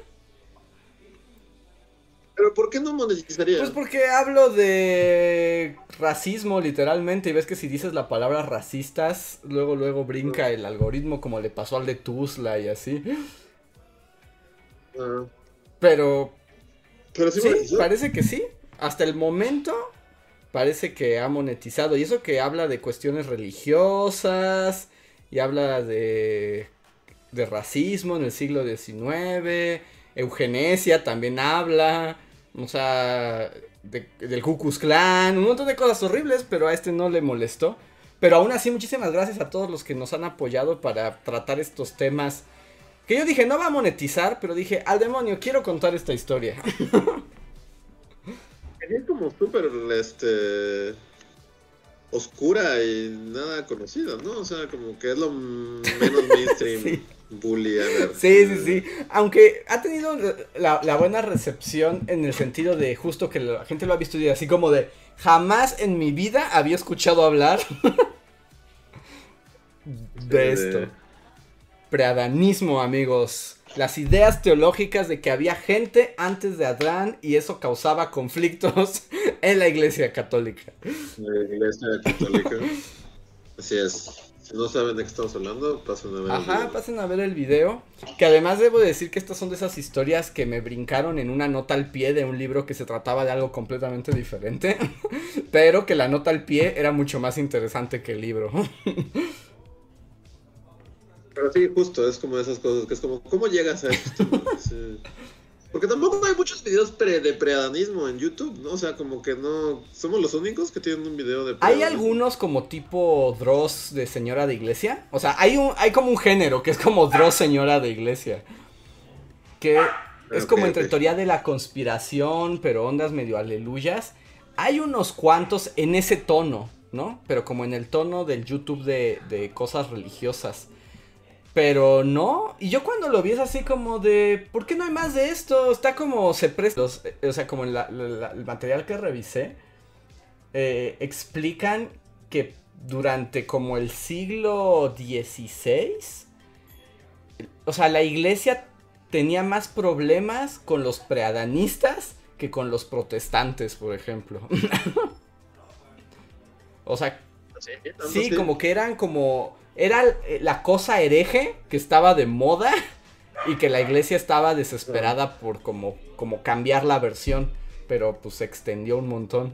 ¿Pero por qué no monetizaría? Pues porque hablo de racismo literalmente, y ves que si dices la palabra racistas, luego luego brinca el algoritmo, como le pasó al de Tuzla y así. Uh, Pero pero sí, sí, monetizó. parece que sí. Hasta el momento parece que ha monetizado. Y eso que habla de cuestiones religiosas y habla de, de racismo en el siglo diecinueve. Eugenesia también habla. O sea, de, del Ku Klux Klan. Un montón de cosas horribles, pero a este no le molestó. Pero aún así, muchísimas gracias a todos los que nos han apoyado para tratar estos temas. Que yo dije, no va a monetizar, pero dije, al demonio, quiero contar esta historia. Es como súper, este, oscura y nada conocida, ¿no? O sea, como que es lo menos mainstream. Sí. Bully ever. Sí, sí, sí. Aunque ha tenido la, la buena recepción en el sentido de justo que la gente lo ha visto y así como de, jamás en mi vida había escuchado hablar de esto. Preadanismo, amigos. Las ideas teológicas de que había gente antes de Adán y eso causaba conflictos en la Iglesia Católica. La Iglesia Católica. Así es. Si no saben de qué estamos hablando, pasen a ver. Ajá, el video. pasen a ver el video. Que además debo decir que estas son de esas historias que me brincaron en una nota al pie de un libro que se trataba de algo completamente diferente. Pero que la nota al pie era mucho más interesante que el libro. Pero sí, justo, es como esas cosas que es como, ¿cómo llegas a esto? Sí. Porque tampoco hay muchos videos pre de preadanismo en YouTube, ¿no? O sea, como que no... Somos los únicos que tienen un video de Hay preadanismo. algunos como tipo Dross de señora de iglesia. O sea, hay un hay como un género que es como Dross señora de iglesia. Que es Ok, como entre ok. teoría de la conspiración, pero ondas medio aleluyas. Hay unos cuantos en ese tono, ¿no? Pero como en el tono del YouTube de, de cosas religiosas. Pero no, y yo cuando lo vi es así como de, ¿por qué no hay más de esto? Está como, se presta, los- o sea, como en la- la- la- el material que revisé, eh, explican que durante como el siglo dieciséis, o sea, la iglesia tenía más problemas con los preadanistas que con los protestantes, por ejemplo. O sea, Sí, tanto sí, sí. como que eran como... Era eh, la cosa hereje que estaba de moda y que la iglesia estaba desesperada por como, como cambiar la versión, pero pues se extendió un montón.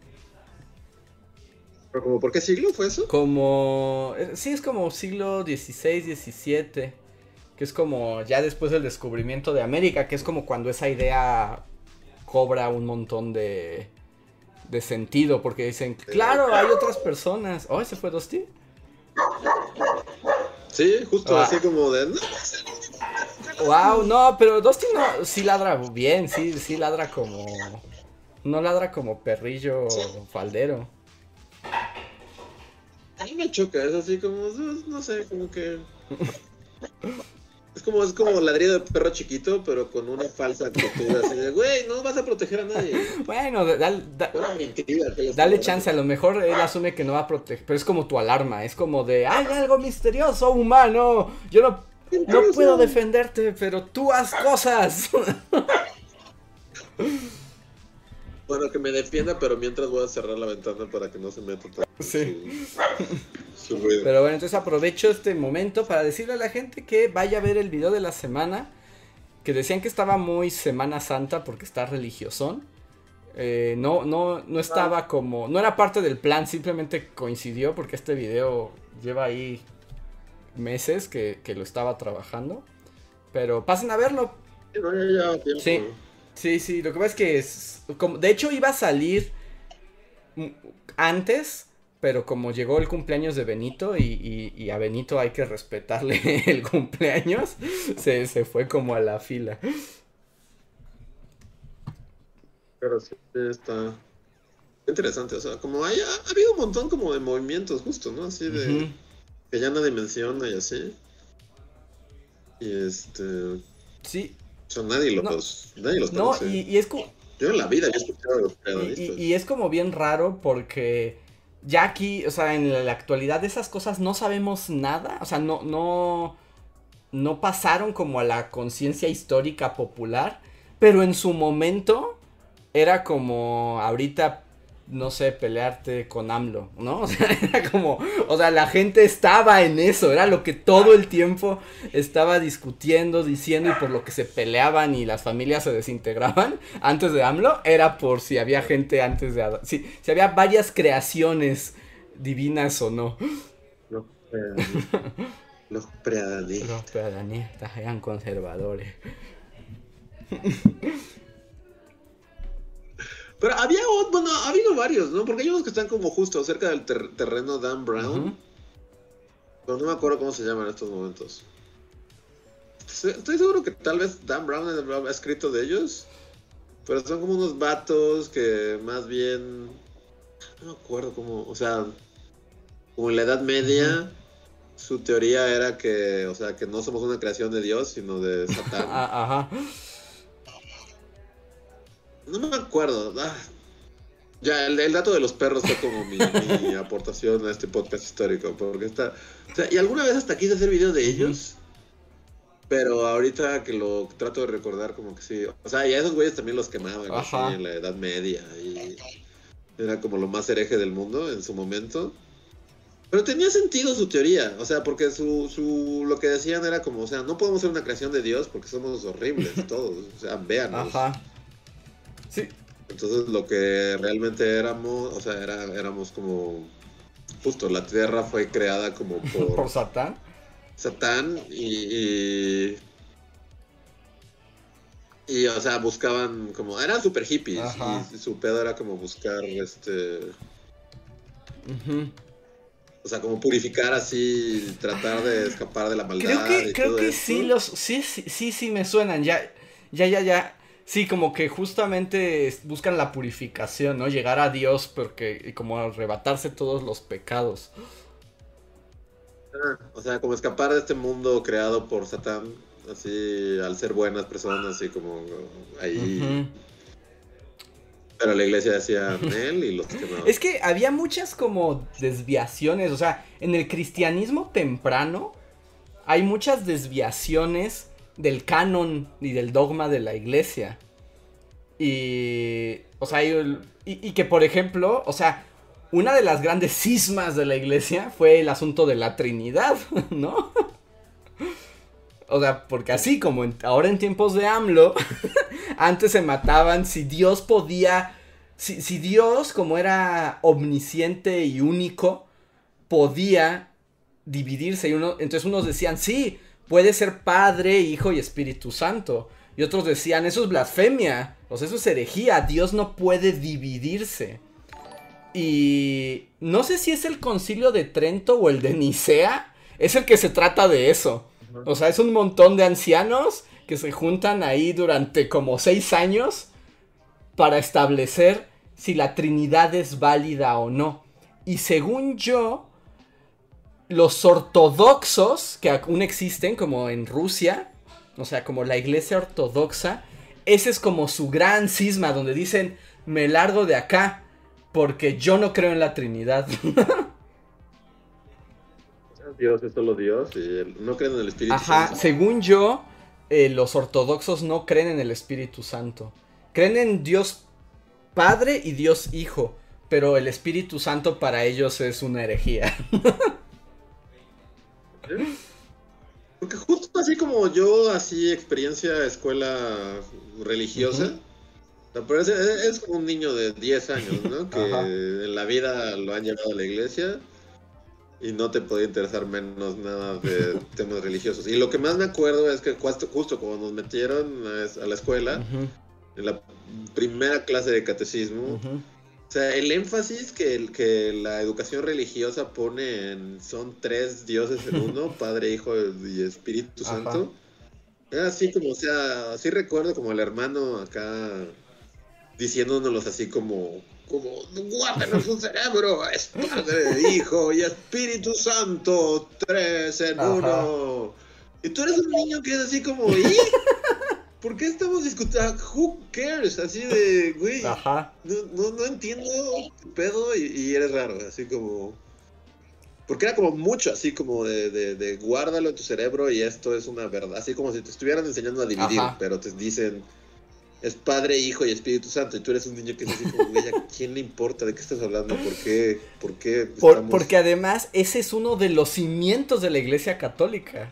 ¿Pero como por qué siglo fue eso? Como... eh, Sí, es como siglo dieciséis, diecisiete, que es como ya después del descubrimiento de América, que es como cuando esa idea cobra un montón de, de sentido, porque dicen, claro, hay otras personas. Oh, ¿se fue Dusty? Sí, justo Ah. así como de... No, Wow, no, pero Dusty no, sí ladra bien, sí, sí ladra como, no ladra como perrillo faldero. a mí me choca, es así como... No sé, como que... Es como, es como ladrido de perro chiquito, pero con una falsa actitud así de, güey, no vas a proteger a nadie. Bueno, dale, da- Una mentira que les dale estás chance, a lo mejor él asume que no va a proteger, pero es como tu alarma, es como de, hay algo misterioso, humano, yo no, no puedo defenderte, pero tú haz cosas. Bueno, que me defienda, pero mientras voy a cerrar la ventana para que no se meta todo Sí. su, su ruido. Pero bueno, entonces aprovecho este momento para decirle a la gente que vaya a ver el video de la semana. que decían que estaba muy Semana Santa porque está religiosón. Eh, no, no, no estaba como, no era parte del plan, simplemente coincidió porque este video lleva ahí meses que, que lo estaba trabajando. Pero pasen a verlo. Sí, sí, sí, lo que pasa es que es, como, de hecho iba a salir antes, pero como llegó el cumpleaños de Benito y, y, y a Benito hay que respetarle el cumpleaños, se, se fue como a la fila. Pero sí está interesante, o sea, como hay, ha habido un montón como de movimientos justo, ¿no? Así de uh-huh. que ya nadie menciona y así. Y este... Sí. O sea, nadie los, no, nadie los conoce. No, y, y es como... Yo en la vida había escuchado a los periodistas. Y, y, y es como bien raro porque ya aquí, o sea, en la, la actualidad de esas cosas no sabemos nada. O sea, no, no, no pasaron como a la conciencia histórica popular. Pero en su momento era como ahorita, no sé, pelearte con AMLO, ¿no? O sea, era como, o sea, la gente estaba en eso, era lo que todo el tiempo estaba discutiendo, diciendo y por lo que se peleaban y las familias se desintegraban antes de AMLO, era por si había gente antes de, si, si había varias creaciones divinas o no. Los preadanistas. Los preadanistas. Los preadanistas eran conservadores. Pero había, bueno, ha habido varios, ¿no? Porque hay unos que están como justo cerca del ter- terreno Dan Brown. Uh-huh. Pero no me acuerdo cómo se llama en estos momentos. Estoy seguro que tal vez Dan Brown ha escrito de ellos. Pero son como unos vatos que más bien... No me acuerdo cómo... O sea, como en la Edad Media, uh-huh. su teoría era que... O sea, que no somos una creación de Dios, sino de Satán. Ajá. No me acuerdo. Ah. Ya, el, el dato de los perros fue como mi, mi aportación a este podcast histórico. Porque está. O sea, y alguna vez hasta quise hacer videos de ellos. Pero ahorita que lo trato de recordar, como que sí. O sea, y a esos güeyes también los quemaban así, en la Edad Media. Y era como lo más hereje del mundo en su momento. Pero tenía sentido su teoría. O sea, porque su, su lo que decían era como, o sea, no podemos ser una creación de Dios porque somos horribles todos. O sea, véanos. Ajá. Sí. Entonces lo que realmente éramos, o sea, era, éramos como, justo, la Tierra fue creada como por... ¿Por Satán? Satán y, y... Y, o sea, buscaban como, eran super hippies. Ajá. Y su pedo era como buscar, este... Uh-huh. O sea, como purificar así, tratar de escapar de la maldad. Creo que, y creo todo que esto. sí, los, sí, sí, sí, sí me suenan, ya, ya, ya, ya. Sí, como que justamente buscan la purificación, ¿no? Llegar a Dios porque, y como arrebatarse todos los pecados. Ah, o sea, como escapar de este mundo creado por Satán, así, al ser buenas personas, así como ahí. Uh-huh. Pero la iglesia decía él y los quemaban. Es que había muchas como desviaciones, o sea, en el cristianismo temprano hay muchas desviaciones del canon y del dogma de la iglesia. Y, o sea, y, y que por ejemplo, o sea, una de las grandes cismas de la iglesia fue el asunto de la Trinidad, ¿no? O sea, porque así como en, ahora en tiempos de AMLO, antes se mataban si Dios podía, si, si Dios como era omnisciente y único, podía dividirse. Y uno, entonces unos decían, sí, puede ser Padre, Hijo y Espíritu Santo. Y otros decían, eso es blasfemia, o sea, eso es herejía, Dios no puede dividirse. Y no sé si es el Concilio de Trento o el de Nicea, es el que se trata de eso. O sea, es un montón de ancianos que se juntan ahí durante como seis años para establecer si la Trinidad es válida o no. Y según yo, los ortodoxos, que aún existen como en Rusia, o sea, como la iglesia ortodoxa, ese es como su gran cisma, donde dicen, me largo de acá, porque yo no creo en la Trinidad. Dios es solo Dios y el, no creen en el Espíritu Ajá, Santo. Según yo, eh, los ortodoxos no creen en el Espíritu Santo. Creen en Dios Padre y Dios Hijo, pero el Espíritu Santo para ellos es una herejía. ¿Sí? Porque justo así como yo, así experiencia escuela religiosa, uh-huh. pero es, es como un niño de diez años, ¿no? Que en la vida lo han llevado a la iglesia y no te podía interesar menos nada de temas religiosos. Y lo que más me acuerdo es que justo, justo cuando nos metieron a, a la escuela, uh-huh. en la primera clase de catecismo, uh-huh. o sea, el énfasis que, el, que la educación religiosa pone en son tres dioses en uno, Padre, Hijo y Espíritu Santo. Ajá. Era así como, o sea, así recuerdo como el hermano acá diciéndonos así como, como, guárdenos un cerebro, es Padre, Hijo y Espíritu Santo, tres en Ajá. uno. Y tú eres un niño que es así como, ¿y? ¿Por qué estamos discutiendo? Who cares? Así de, güey, Ajá. No, no, no entiendo qué pedo y, y eres raro, así como... Porque era como mucho, así como de, de, de guárdalo en tu cerebro y esto es una verdad. Así como si te estuvieran enseñando a dividir, Ajá. pero te dicen, es Padre, Hijo y Espíritu Santo. Y tú eres un niño que es así como, güey, ¿a quién le importa? ¿De qué estás hablando? ¿Por qué? ¿Por qué Por, estamos... Porque además ese es uno de los cimientos de la Iglesia Católica.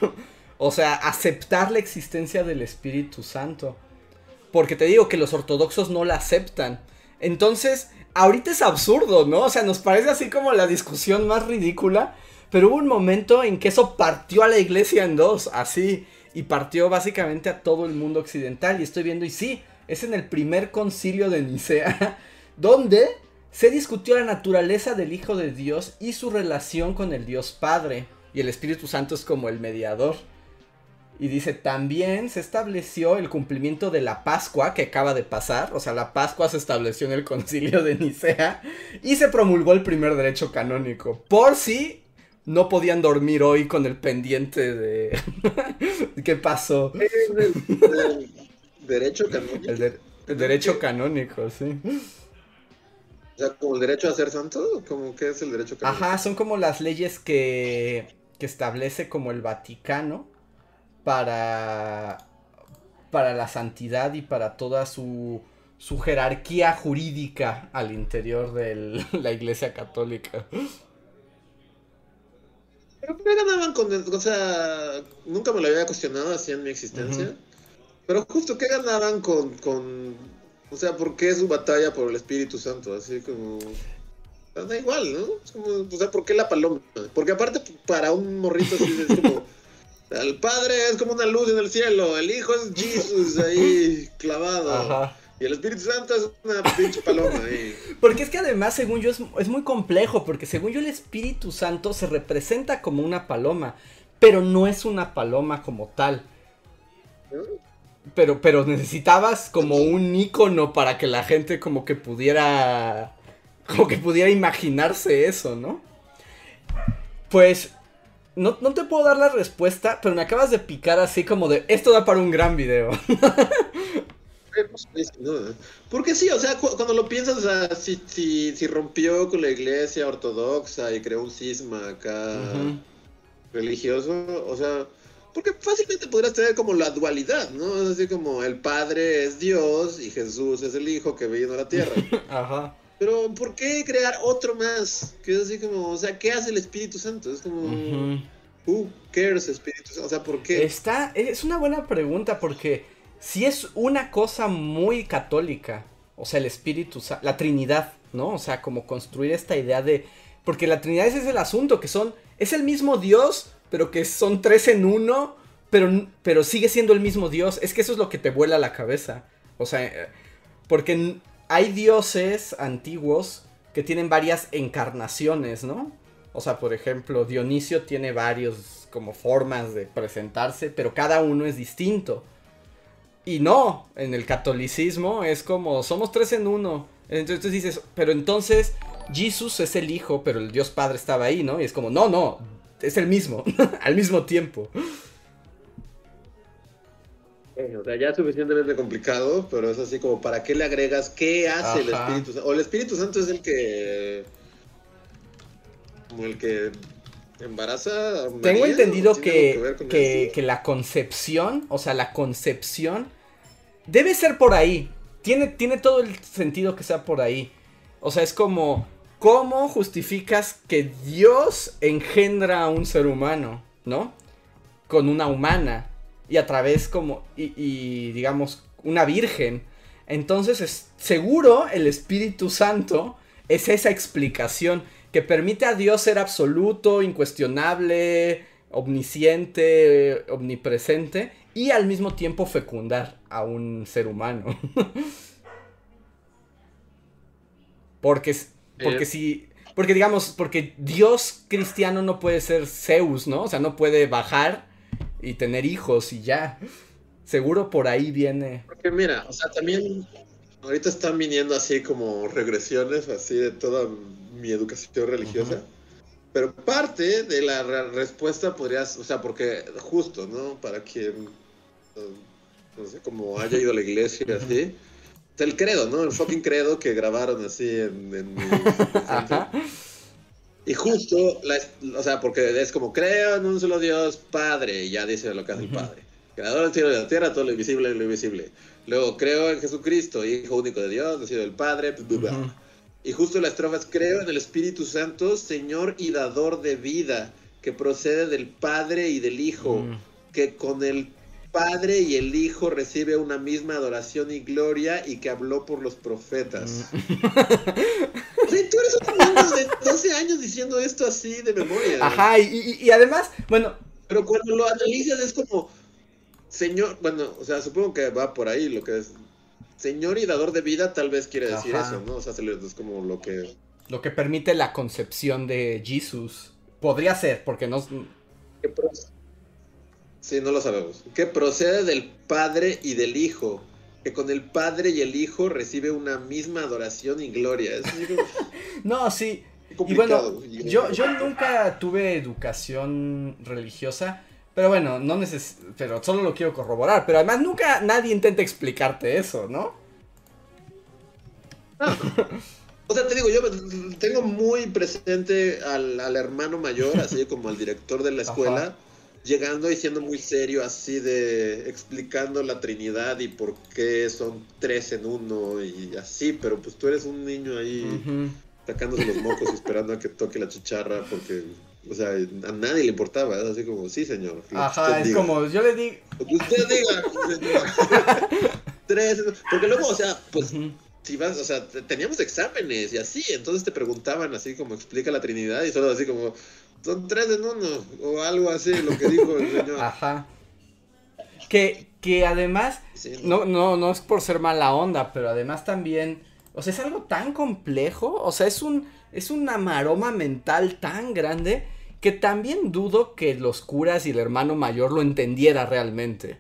O sea, aceptar la existencia del Espíritu Santo. Porque te digo que los ortodoxos no la aceptan. Entonces, ahorita es absurdo, ¿no? O sea, nos parece así como la discusión más ridícula. Pero hubo un momento en que eso partió a la iglesia en dos, así. Y partió básicamente a todo el mundo occidental. Y estoy viendo, y sí, es en el primer concilio de Nicea, donde se discutió la naturaleza del Hijo de Dios y su relación con el Dios Padre. Y el Espíritu Santo es como el mediador. Y dice, también se estableció el cumplimiento de la Pascua que acaba de pasar. O sea, la Pascua se estableció en el concilio de Nicea. Y se promulgó el primer derecho canónico. Por si no podían dormir hoy con el pendiente de... ¿Qué pasó? ¿El, el derecho canónico? El, de, el derecho canónico, sí. O sea, ¿como el derecho a ser santo? ¿Cómo qué es el derecho canónico? Ajá, son como las leyes que, que establece como el Vaticano. Para, para la santidad y para toda su, su jerarquía jurídica al interior de la Iglesia Católica. ¿Pero qué ganaban con el, o sea, nunca me lo había cuestionado así en mi existencia, uh-huh. pero justo qué ganaban con, con, o sea, ¿por qué su batalla por el Espíritu Santo? Así como, da igual, ¿no? Es como, o sea, ¿por qué la paloma? Porque aparte para un morrito así es como... El Padre es como una luz en el cielo, el Hijo es Jesús ahí clavado. Ajá. Y el Espíritu Santo es una pinche paloma ahí. Porque es que además, según yo, es, es muy complejo, porque según yo el Espíritu Santo se representa como una paloma, pero no es una paloma como tal. ¿No? Pero, pero necesitabas como un ícono para que la gente como que pudiera, como que pudiera imaginarse eso, ¿no? Pues... No, no te puedo dar la respuesta, pero me acabas de picar así como de, esto da para un gran video. Porque sí, o sea, cu- cuando lo piensas, o sea, si, si, si rompió con la iglesia ortodoxa y creó un cisma acá uh-huh. religioso, o sea, porque fácilmente podrías tener como la dualidad, ¿no? Es así como el Padre es Dios y Jesús es el Hijo que vino a la tierra. Ajá. Pero, ¿por qué crear otro más? Que es así como, o sea, ¿qué hace el Espíritu Santo? Es como, uh-huh. who cares Espíritu Santo? O sea, ¿por qué? Está, es una buena pregunta porque si es una cosa muy católica, o sea, el Espíritu Santo, la Trinidad, ¿no? O sea, como construir esta idea de, porque la Trinidad ese es el asunto, que son, es el mismo Dios, pero que son tres en uno, pero, pero sigue siendo el mismo Dios. Es que eso es lo que te vuela la cabeza. O sea, porque... Hay dioses antiguos que tienen varias encarnaciones, ¿no? O sea, por ejemplo, Dionisio tiene varios como formas de presentarse, pero cada uno es distinto. Y no, en el catolicismo es como, somos tres en uno. Entonces dices, pero entonces Jesús es el Hijo, pero el Dios Padre estaba ahí, ¿no? Y es como, no, no, es el mismo, al mismo tiempo. O sea, ya es suficientemente complicado, pero es así como, ¿para qué le agregas? ¿Qué hace Ajá. el Espíritu Santo? O el Espíritu Santo es el que... como el que embaraza a María. Tengo entendido que, que, que, que la concepción, o sea, la concepción debe ser por ahí. Tiene, tiene todo el sentido que sea por ahí. O sea, es como, ¿cómo justificas que Dios engendra a un ser humano? ¿No? con una humana y a través como, y, y digamos, una virgen. Entonces es, seguro el Espíritu Santo es esa explicación que permite a Dios ser absoluto, incuestionable, omnisciente, omnipresente y al mismo tiempo fecundar a un ser humano. porque, porque si... Porque digamos, porque Dios cristiano no puede ser Zeus, ¿no? O sea, no puede bajar y tener hijos y ya. Seguro por ahí viene. Porque mira, o sea, también ahorita están viniendo así como regresiones así de toda mi educación religiosa. Uh-huh. Pero parte de la re- respuesta podrías, o sea, porque justo, ¿no? Para quien, no sé, como haya ido a la iglesia y así. El credo, ¿no? El fucking credo que grabaron así en, en mi... Y justo, la, o sea, porque es como, creo en un solo Dios, Padre, y ya dice lo que hace uh-huh. el Padre. Creador del cielo y de la tierra, todo lo invisible y lo invisible. Luego, creo en Jesucristo, Hijo único de Dios, nacido del Padre, blah, blah. Uh-huh. Y justo la estrofa es, creo en el Espíritu Santo, Señor y dador de vida, que procede del Padre y del Hijo, uh-huh. que con el Padre y el Hijo recibe una misma adoración y gloria y que habló por los profetas. Mm. O sea, tú eres un niño de doce años diciendo esto así de memoria. Ajá, y, y, y además, bueno... Pero cuando lo analizas es como, Señor, bueno, o sea, supongo que va por ahí lo que es, Señor y dador de vida tal vez quiere decir Ajá. eso, ¿no? O sea, es como lo que... Lo que permite la concepción de Jesús. Podría ser, porque no... Sí, no lo sabemos. Que procede del Padre y del Hijo. Que con el Padre y el Hijo recibe una misma adoración y gloria. Es como... No, sí. Y bueno, yo, yo nunca tuve educación religiosa. Pero bueno, no neces- pero solo lo quiero corroborar. Pero además nunca nadie intenta explicarte eso, ¿no? No. O sea, te digo, yo tengo muy presente al, al hermano mayor, así como al director de la escuela. Ajá. Llegando y siendo muy serio, así de explicando la Trinidad y por qué son tres en uno y así, pero pues tú eres un niño ahí uh-huh. sacándose los mocos y esperando a que toque la chicharra porque, o sea, a nadie le importaba, ¿eh? Así como, sí señor. Ajá, es diga. Como, yo le digo... Usted diga, señor. Tres, porque luego, o sea, pues... Uh-huh. Si vas, o sea, teníamos exámenes y así, entonces te preguntaban así como explica la Trinidad y solo así como... Son tres en uno, o algo así, lo que dijo el señor. Ajá. Que, que además, sí, no. no, no, no es por ser mala onda, pero además también, o sea, es algo tan complejo, o sea, es un, es una maroma mental tan grande, que también dudo que los curas y el hermano mayor lo entendiera realmente.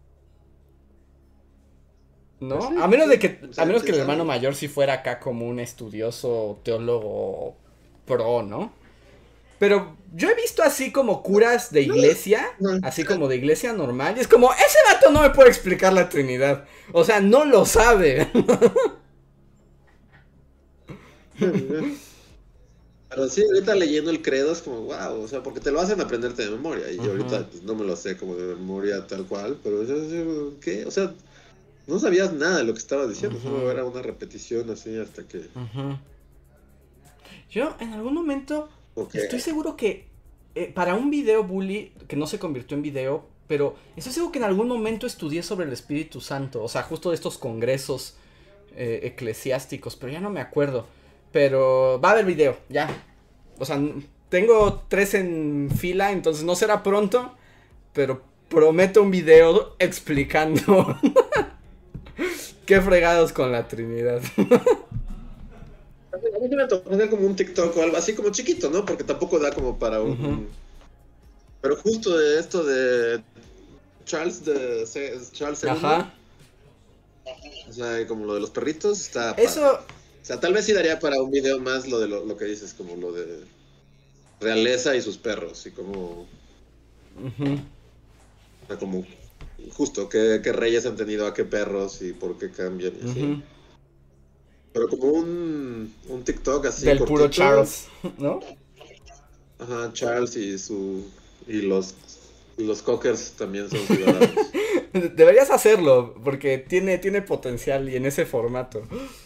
¿No? Pues sí, a menos sí, de que, o sea, a menos que el hermano mayor sí fuera acá como un estudioso teólogo pro, ¿no? Pero yo he visto así como curas de iglesia, así como de iglesia normal, y es como, ese vato no me puede explicar la Trinidad. O sea, no lo sabe. Pero sí, ahorita leyendo el credo es como, wow, o sea, porque te lo hacen aprenderte de memoria. Y uh-huh. yo ahorita pues, no me lo sé como de memoria tal cual, pero yo, ¿qué? O sea, no sabías nada de lo que estaba diciendo, uh-huh. solo era una repetición así hasta que... Uh-huh. Yo en algún momento... Okay. Estoy seguro que eh, para un video bully, que no se convirtió en video, pero estoy seguro que en algún momento estudié sobre el Espíritu Santo, o sea, justo de estos congresos eh, eclesiásticos, pero ya no me acuerdo. Pero va a haber video, ya. O sea, tengo tres en fila, entonces no será pronto, pero prometo un video explicando qué fregados con la Trinidad. A mí se me tocó hacer como un TikTok o algo así como chiquito, ¿no? Porque tampoco da como para un... Uh-huh. Pero justo de esto de Charles de Charles Ajá. O sea, como lo de los perritos está... Eso... Para... O sea, tal vez sí daría para un video más lo de lo, lo que dices, como lo de realeza y sus perros y como... Uh-huh. O sea, como justo qué, qué reyes han tenido a qué perros y por qué cambian y así. Uh-huh. Pero como un, un TikTok así del cortito. Puro Charles, ¿no? Ajá, Charles y su y los los cockers también son ciudadanos. Deberías hacerlo porque tiene tiene potencial y en ese formato.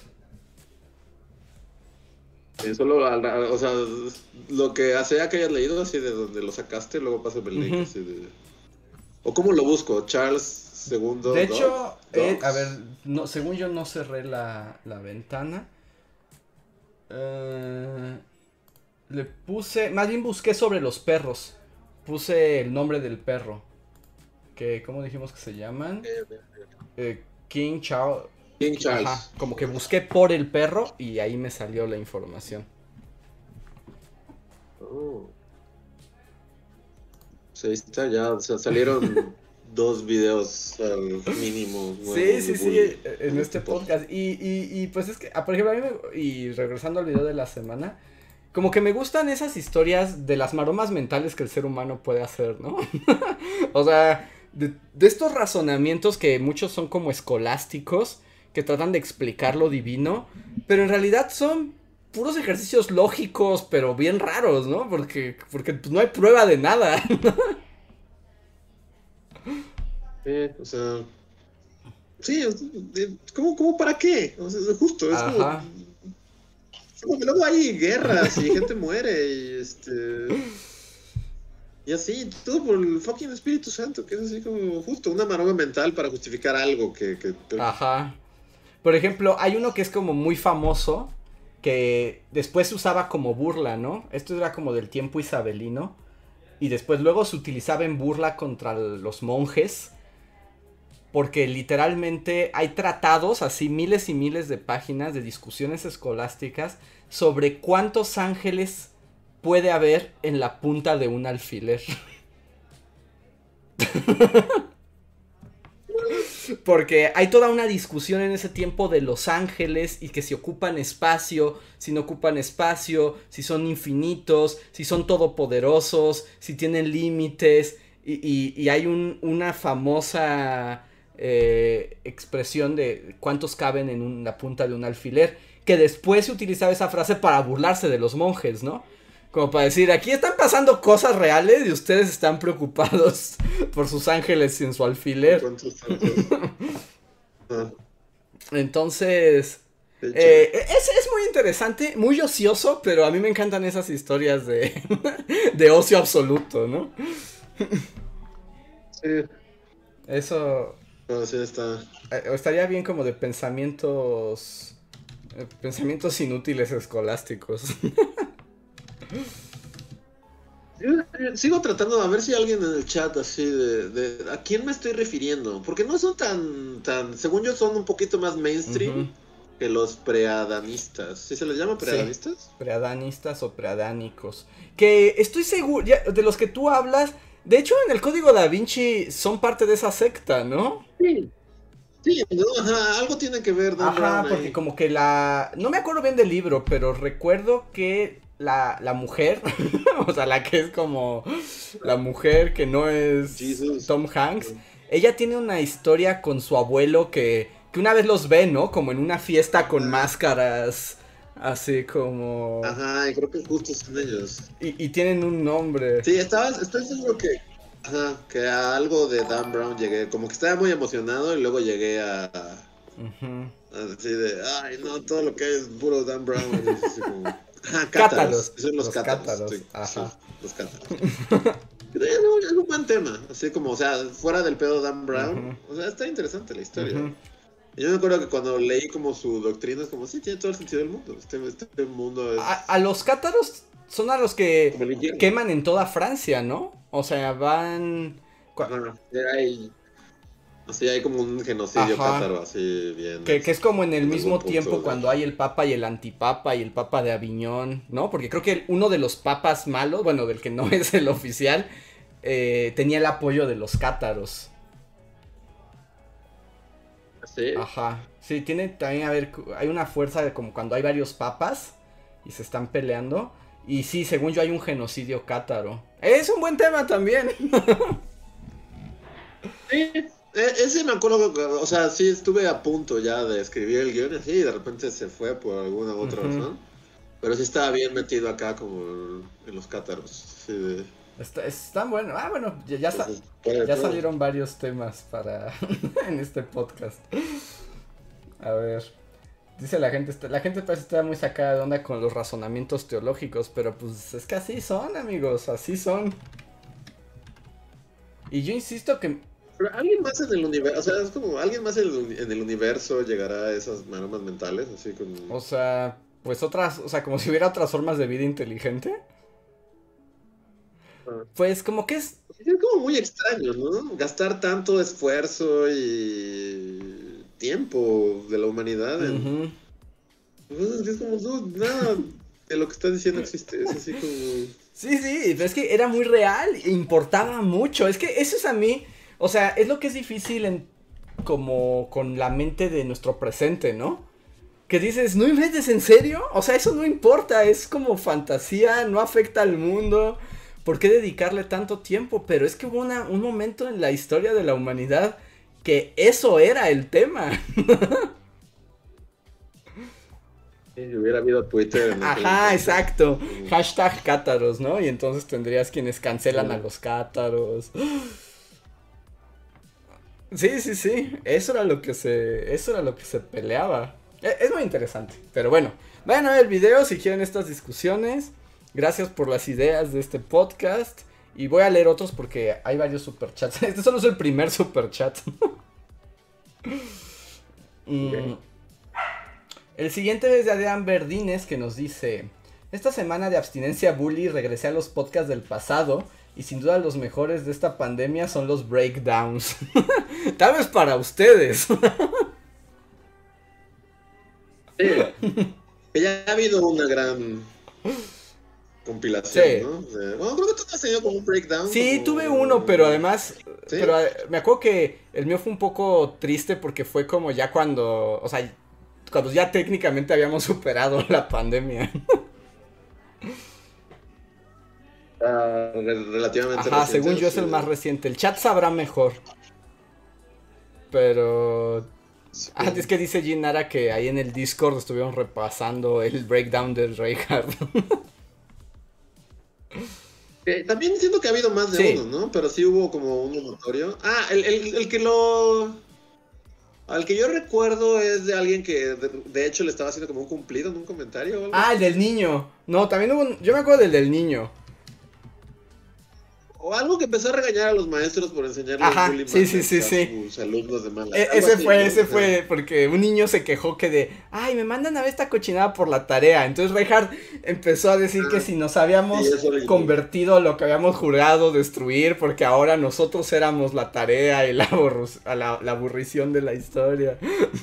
Sí, solo o sea, lo que sea que hayas leído así de donde lo sacaste, luego pásame el link uh-huh. así de ¿O cómo lo busco? Charles segundo. De hecho, eh, a ver, no, según yo no cerré la, la ventana. Uh, le puse, más bien busqué sobre los perros. Puse el nombre del perro. Que, ¿cómo dijimos que se llaman? Eh, King Charles. King Charles. Ajá, como que busqué por el perro y ahí me salió la información. Oh. Sí, está ya, o sea, salieron dos videos al mínimo. Sí, sí, sí, en este podcast. Y, y, y pues es que, por ejemplo, a mí me, y regresando al video de la semana, como que me gustan esas historias de las maromas mentales que el ser humano puede hacer, ¿no? O sea, de, de estos razonamientos que muchos son como escolásticos, que tratan de explicar lo divino, pero en realidad son puros ejercicios lógicos, pero bien raros, ¿no? Porque, porque pues, no hay prueba de nada. Sí, o sea... Sí, ¿cómo, cómo para qué? O sea, justo, es Ajá. como... Como que luego hay guerras y gente muere y este... Y así, todo por el fucking Espíritu Santo, que es así como justo una maroma mental para justificar algo que... que... Ajá. Por ejemplo, hay uno que es como muy famoso, que después se usaba como burla, ¿no? Esto era como del tiempo isabelino, y después luego se utilizaba en burla contra los monjes, porque literalmente hay tratados, así miles y miles de páginas de discusiones escolásticas sobre cuántos ángeles puede haber en la punta de un alfiler. Porque hay toda una discusión en ese tiempo de los ángeles y que si ocupan espacio, si no ocupan espacio, si son infinitos, si son todopoderosos, si tienen límites. Y, y, y hay un, una famosa eh, expresión de cuántos caben en un, la punta de un alfiler, que después se utilizaba esa frase para burlarse de los monjes, ¿no? Como para decir, aquí están pasando cosas reales y ustedes están preocupados por sus ángeles en su alfiler. ah. Entonces, eh, es, es muy interesante, muy ocioso, pero a mí me encantan esas historias de, de ocio absoluto, ¿no? Sí. Eso... No, sí está. Eh, estaría bien como de pensamientos... Eh, pensamientos inútiles escolásticos. Yo sigo tratando de ver si alguien en el chat así de, de a quién me estoy refiriendo, porque no son tan tan según yo son un poquito más mainstream uh-huh. que los preadanistas. ¿Sí se les llama preadanistas? Sí, preadanistas o preadánicos. Que estoy seguro ya, de los que tú hablas, de hecho en el Código Da Vinci son parte de esa secta, ¿no? Sí. Sí, no, ajá, algo tiene que ver Dan Ajá, Brown porque ahí. Como que la no me acuerdo bien del libro, pero recuerdo que La, la mujer, o sea, la que es como la mujer que no es Jesus. Tom Hanks, ella tiene una historia con su abuelo que, que una vez los ve, ¿no? Como en una fiesta Ajá. con máscaras, así como... Ajá, y creo que justo son ellos. Y, y tienen un nombre. Sí, estaba, estoy seguro que, ajá, que a algo de Dan Brown llegué, como que estaba muy emocionado y luego llegué a... Uh-huh. Así de, ay, no, todo lo que hay es puro Dan Brown, y así como... Ajá, cátaros. Son los, los cátaros. cátaros. Sí, Ajá. Sí, los cátaros. Es un buen tema. Así como, o sea, fuera del pedo Dan Brown. Uh-huh. O sea, está interesante la historia. Uh-huh. Yo me acuerdo que cuando leí como su doctrina, es como, sí, tiene todo el sentido del mundo. Este, este mundo es... A, a los cátaros son a los que queman en toda Francia, ¿no? O sea, van... Bueno, hay... Así hay como un genocidio Ajá. cátaro, así bien. Que, que es como en el mismo tiempo cuando hay el papa y el antipapa y el papa de Aviñón, ¿no? Porque creo que uno de los papas malos, bueno, del que no es el oficial, eh, tenía el apoyo de los cátaros. ¿Sí? Ajá. Sí, tiene también, a ver, hay una fuerza de como cuando hay varios papas y se están peleando. Y sí, según yo hay un genocidio cátaro. Es un buen tema también. Sí. Ese me acuerdo, o sea, sí estuve a punto ya de escribir el guión así y de repente se fue por alguna otra uh-huh. razón. Pero sí estaba bien metido acá como en los cátaros. Sí, de... Está, están buenos. Ah, bueno, ya, ya, sa- ya salieron varios temas para en este podcast. A ver, dice la gente, la gente parece estar muy sacada de onda con los razonamientos teológicos, pero pues es que así son, amigos, así son. Y yo insisto que... Pero alguien más en el universo, o sea, es como, alguien más en el, en el universo llegará a esas maromas mentales, así como... O sea, pues otras, o sea, como si hubiera otras formas de vida inteligente. Ah. Pues como que es... Es como muy extraño, ¿no? Gastar tanto esfuerzo y tiempo de la humanidad en... Uh-huh. Es como, no, nada de lo que estás diciendo existe, es así como... Sí, sí, pero es que era muy real, importaba mucho, es que eso es a mí, o sea, es lo que es difícil en, como con la mente de nuestro presente, ¿no? Que dices, ¿no inventes en serio? O sea, eso no importa, es como fantasía, no afecta al mundo, ¿por qué dedicarle tanto tiempo? Pero es que hubo una, un momento en la historia de la humanidad que eso era el tema. Si hubiera habido Twitter. ¿No? Ajá, exacto. Uh. Hashtag cátaros, ¿no? Y entonces tendrías quienes cancelan uh. a los cátaros. Sí, sí, sí. Eso era lo que se. Eso era lo que se peleaba. Es, es muy interesante. Pero bueno. Vayan a ver el video si quieren estas discusiones. Gracias por las ideas de este podcast. Y voy a leer otros porque hay varios superchats. Este solo es el primer superchat. mm. El siguiente es de Adrián Verdines, que nos dice: esta semana de abstinencia bully regresé a los podcasts del pasado y sin duda los mejores de esta pandemia son los breakdowns. Tal vez para ustedes. Sí, ya ha habido una gran compilación, sí. ¿No? Eh, bueno, creo que tú has tenido como un breakdown. Sí, como... tuve uno, pero además, ¿sí? Pero me acuerdo que el mío fue un poco triste porque fue como ya cuando, o sea, cuando ya técnicamente habíamos superado la pandemia. Uh, relativamente Ajá, reciente, según yo es el más reciente. El chat sabrá mejor. Pero... Sí. Ah, es que dice Ginara que ahí en el Discord estuvieron repasando el breakdown de Reinhardt. eh, también siento que ha habido más de sí. uno, ¿no? Pero sí hubo como un notorio. Ah, el, el, el que lo... Al que yo recuerdo es de alguien que de, de hecho le estaba haciendo como un cumplido en un comentario o algo. Ah, el del niño. No, también hubo un... Yo me acuerdo del del niño. O algo que empezó a regañar a los maestros por enseñarles Ajá, bullying sí, sí, sí, a sí. sus alumnos de mala. E- ese así, fue, ¿no? ese fue porque un niño se quejó que de, ay, me mandan a ver esta cochinada por la tarea. Entonces Reinhardt empezó a decir ah, que si nos habíamos sí, convertido lo que habíamos jurado destruir, porque ahora nosotros éramos la tarea y la, borru- la, la aburrición de la historia.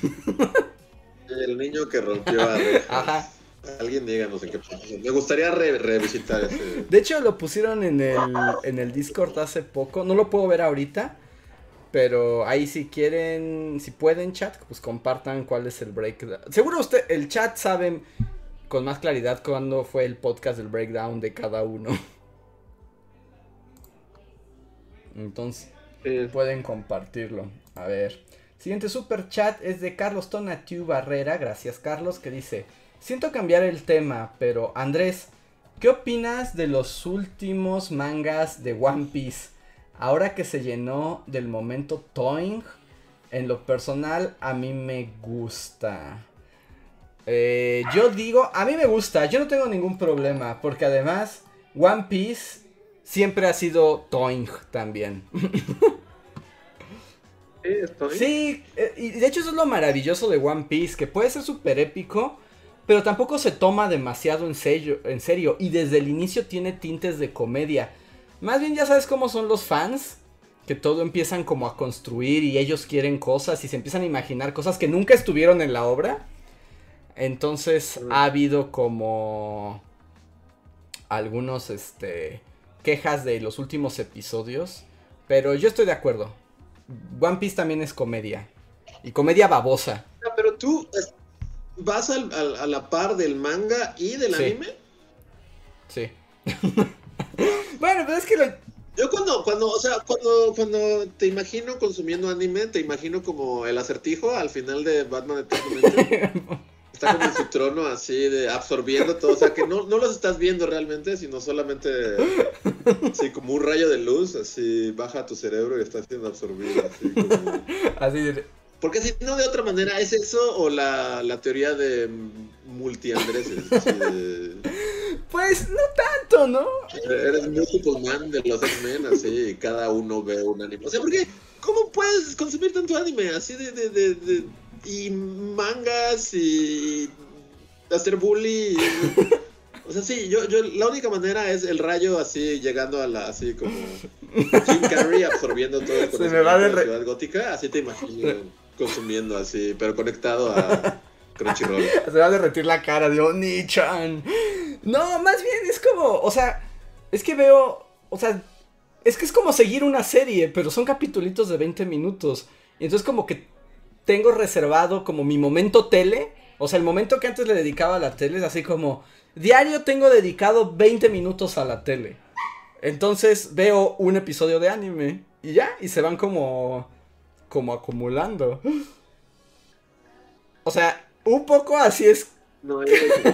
El niño que rompió a Reinhardt. Ajá. Alguien díganos en qué pasó. Me gustaría re- revisitar ese. De hecho lo pusieron en el, en el Discord hace poco. No lo puedo ver ahorita. Pero ahí si quieren, si pueden chat, pues compartan cuál es el breakdown. Seguro usted, el chat sabe con más claridad cuándo fue el podcast del breakdown de cada uno. Entonces sí. Pueden compartirlo. A ver. Siguiente super chat es de Carlos Tonatiu Barrera. Gracias Carlos, que dice: siento cambiar el tema, pero Andrés, ¿qué opinas de los últimos mangas de One Piece? Ahora que se llenó del momento Toing, en lo personal a mí me gusta. Eh, yo digo, a mí me gusta, yo no tengo ningún problema, porque además One Piece siempre ha sido Toing también. Sí, y de hecho eso es lo maravilloso de One Piece, que puede ser súper épico, pero tampoco se toma demasiado en serio, en serio, y desde el inicio tiene tintes de comedia. Más bien ya sabes cómo son los fans, que todo empiezan como a construir y ellos quieren cosas y se empiezan a imaginar cosas que nunca estuvieron en la obra. Entonces mm. ha habido como algunos este quejas de los últimos episodios, pero yo estoy de acuerdo. One Piece también es comedia, y comedia babosa. Pero tú... ¿Vas al, al, a la par del manga y del sí. anime? Sí. Bueno, pero es que lo... Yo cuando, cuando, o sea, cuando, cuando te imagino consumiendo anime, te imagino como el Acertijo al final de Batman Eternamente. Está como en su trono así, de absorbiendo todo. O sea, que no, no los estás viendo realmente, sino solamente así como un rayo de luz, así baja a tu cerebro y está siendo absorbido. Así como... Así de... Porque si no, de otra manera, ¿es eso o la, la teoría de multi-andreses? De... Pues no tanto, ¿no? Eres multiple man de los X-Men, así, y cada uno ve un anime. O sea, ¿por qué? ¿Cómo puedes consumir tanto anime? Así de, de, de, de y mangas y hacer bully. Y, o sea, sí, yo, yo, la única manera es el rayo así, llegando a la, así como Jim Carrey absorbiendo todo el conocimiento de la re... ciudad gótica, así te imagino consumiendo así, pero conectado a Crunchyroll. Se va a derretir la cara de Oni-chan. No, más bien es como, o sea, es que veo, o sea, es que es como seguir una serie, pero son capitulitos de veinte minutos. Y entonces como que tengo reservado como mi momento tele, o sea, el momento que antes le dedicaba a la tele es así como, diario tengo dedicado veinte minutos a la tele. Entonces veo un episodio de anime y ya, y se van como, como acumulando. O sea, un poco así es. No,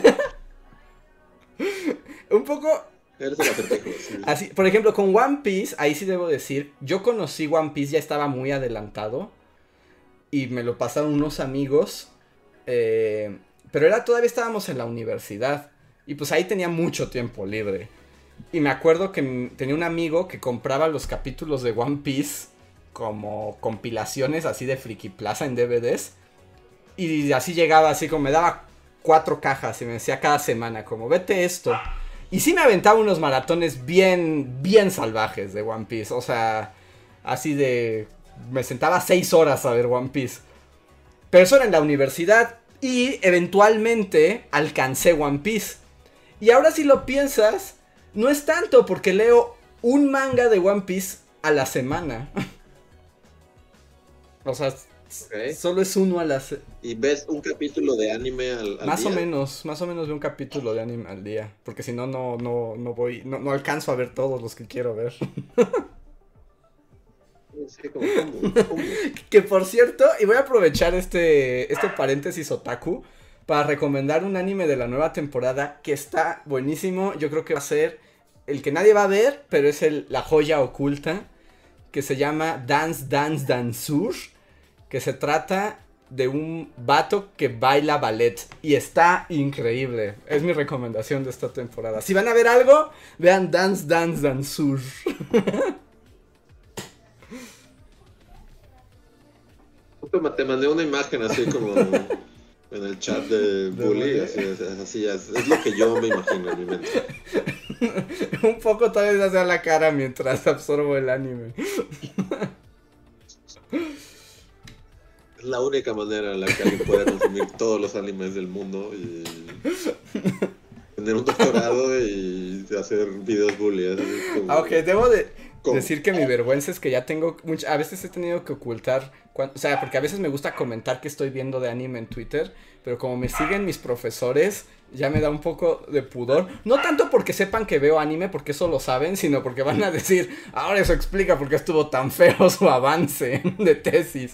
un poco eres el acertejo, sí. Así, por ejemplo, con One Piece, ahí sí debo decir, yo conocí One Piece, ya estaba muy adelantado y me lo pasaron unos amigos, eh, pero era todavía estábamos en la universidad y pues ahí tenía mucho tiempo libre. Y me acuerdo que tenía un amigo que compraba los capítulos de One Piece como compilaciones así de Friki Plaza en D V Ds. Y así llegaba, así como me daba cuatro cajas y me decía cada semana como, vete esto. Y sí me aventaba unos maratones bien, bien salvajes de One Piece. O sea, así de... me sentaba seis horas a ver One Piece. Pero eso era en la universidad y eventualmente alcancé One Piece. Y ahora si lo piensas, no es tanto porque leo un manga de One Piece a la semana. O sea, okay. Solo es uno a la semana. ¿Y ves un capítulo de anime al, al más día? Más o menos, más o menos veo un capítulo de anime al día. Porque si no, no, no, no voy, no, no alcanzo a ver todos los que quiero ver. Sí, como, ¿cómo? ¿Cómo? Que por cierto, y voy a aprovechar este, este paréntesis otaku para recomendar un anime de la nueva temporada que está buenísimo. Yo creo que va a ser el que nadie va a ver, pero es el, la joya oculta, que se llama Dance Dance Danseur, que se trata de un vato que baila ballet y está increíble. Es mi recomendación de esta temporada. Si van a ver algo, vean Dance Dance Danseur. Te mandé una imagen así como en el chat de Bully, así, así es, es lo que yo me imagino en mi mente. Un poco tal vez hacia la cara mientras absorbo el anime. Es la única manera en la que alguien puede consumir todos los animes del mundo y tener un doctorado y hacer videos Bully. Como... Ah, ok, debo de ¿Cómo? decir que mi vergüenza es que ya tengo, much- a veces he tenido que ocultar, cuando, o sea, porque a veces me gusta comentar que estoy viendo de anime en Twitter, pero como me siguen mis profesores, ya me da un poco de pudor. No tanto porque sepan que veo anime, porque eso lo saben, sino porque van a decir, ahora eso explica por qué estuvo tan feo su avance de tesis.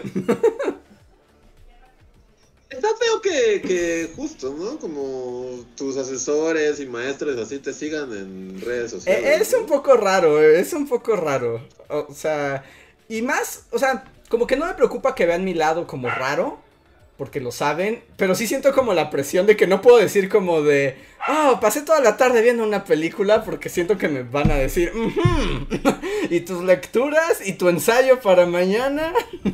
Está feo que, que justo, ¿no? Como tus asesores y maestros así te sigan en redes sociales. Eh, es ¿no? un poco raro, eh, es un poco raro. O sea, y más, o sea, como que no me preocupa que vean mi lado como raro, porque lo saben, pero sí siento como la presión de que no puedo decir como de, oh, pasé toda la tarde viendo una película, porque siento que me van a decir, mm-hmm. ¿Y tus lecturas? ¿Y tu ensayo para mañana?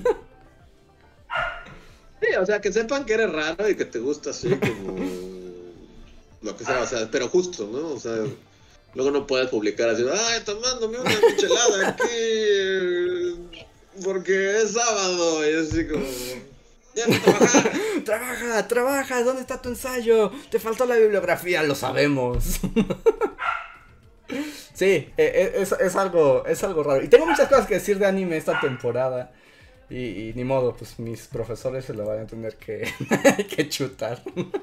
Sí, o sea, que sepan que eres raro y que te gusta así como lo que sea, o sea, pero justo, ¿no? O sea, luego no puedes publicar así, ay, tomándome una michelada aquí porque es sábado, y así como, ya no trabajar. Trabaja, trabaja, ¿dónde está tu ensayo? Te faltó la bibliografía, lo sabemos. Sí, es, es algo, es algo raro. Y tengo muchas cosas que decir de anime esta temporada. Y, y ni modo, pues mis profesores se lo van a tener que, que chutar.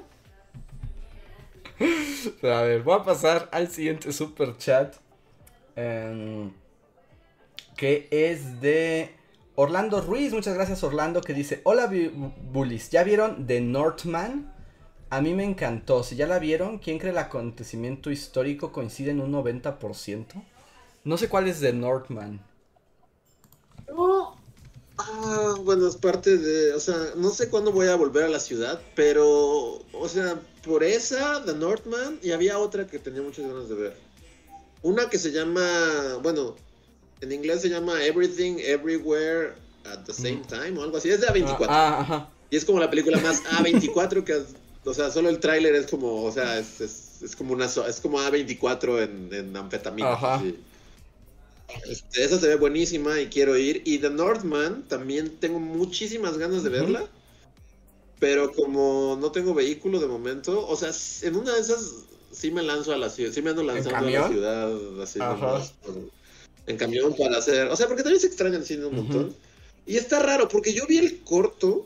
Pero a ver, voy a pasar al siguiente super chat. Um, que es de Orlando Ruiz. Muchas gracias, Orlando, que dice: hola bullies, ¿ya vieron The Northman? A mí me encantó. Si ya la vieron, ¿quién cree el acontecimiento histórico coincide en un noventa por ciento? No sé cuál es The Northman. No. Ah, bueno, es parte de, o sea, no sé cuándo voy a volver a la ciudad, pero, o sea, por esa, The Northman, y había otra que tenía muchas ganas de ver. Una que se llama, bueno, en inglés se llama Everything, Everywhere, at the Same Time, o algo así, es de A veinticuatro. Ah, ajá. Y es como la película más A veinticuatro que, o sea, solo el tráiler es como, o sea, es, es, es como una, es como A veinticuatro en, en anfetamina. Ajá. Así. Este, esa se ve buenísima y quiero ir. Y The Northman también tengo muchísimas ganas de uh-huh. verla. Pero como no tengo vehículo de momento, o sea, en una de esas sí me lanzo a la ciudad, sí me ando lanzando a la ciudad, así nomás, por, en camión para hacer, o sea, porque también se extraña el cine un uh-huh. montón. Y está raro, porque yo vi el corto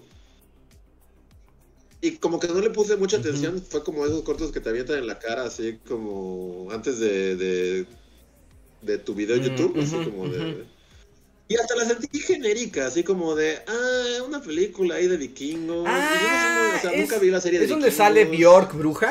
y como que no le puse mucha atención, uh-huh. fue como esos cortos que te avientan en la cara, así como antes de... de de tu video de YouTube, uh-huh, así como de... Uh-huh. Y hasta la sentí genérica, así como de, ah, una película ahí de vikingos. Ah, y yo no sé muy, o sea, es, nunca vi la serie de ¿es vikingos. donde sale Bjork Bruja?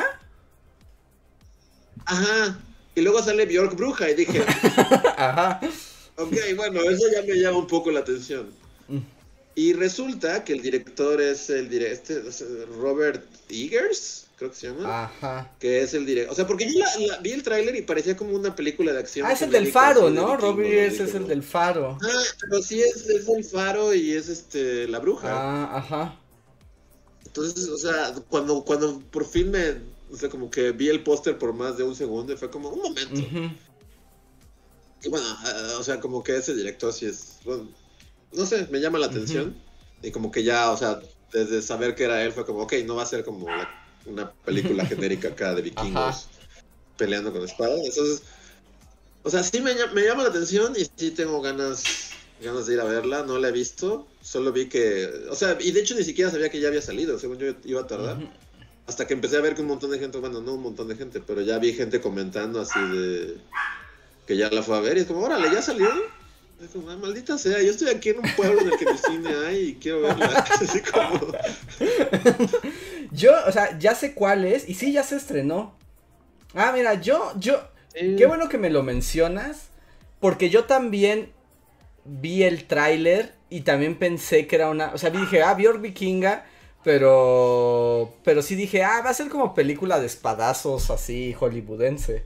Ajá, y luego sale Bjork Bruja y dije... Ajá. Ok, bueno, eso ya me llama un poco la atención. Uh. Y resulta que el director es el director, Robert Eggers, creo que se llama. Ajá. Que es el director. O sea, porque yo la, la, vi el tráiler y parecía como una película de acción. Ah, es el del Faro, ¿no? Robert Eggers es el del Faro. Ah, pero sí es, es el Faro y es este la bruja. Ah, ajá. Entonces, o sea, cuando, cuando por fin me... O sea, como que vi el póster por más de un segundo y fue como, un momento. Uh-huh. Y bueno, uh, o sea, como que ese director sí es... Bueno, no sé, me llama la atención. Uh-huh. Y como que ya, o sea, desde saber que era él fue como, ok, no va a ser como la, una película genérica acá de vikingos Ajá. peleando con espadas. Entonces, o sea, sí me, me llama la atención y sí tengo ganas, ganas de ir a verla. No la he visto, solo vi que... O sea, y de hecho ni siquiera sabía que ya había salido, según yo iba a tardar. Uh-huh. Hasta que empecé a ver que un montón de gente, bueno, no un montón de gente, pero ya vi gente comentando así de... que ya la fue a ver y es como, órale, ¿ya salió? Es como, ah, maldita sea, yo estoy aquí en un pueblo en el que mi cine hay y quiero verla. Así como... Yo, o sea, ya sé cuál es y sí, ya se estrenó. Ah, mira, yo, yo, sí. Qué bueno que me lo mencionas, porque yo también vi el tráiler y también pensé que era una, o sea, dije, ah, Bjork Vikinga, pero, pero sí dije, ah, va a ser como película de espadazos así hollywoodense.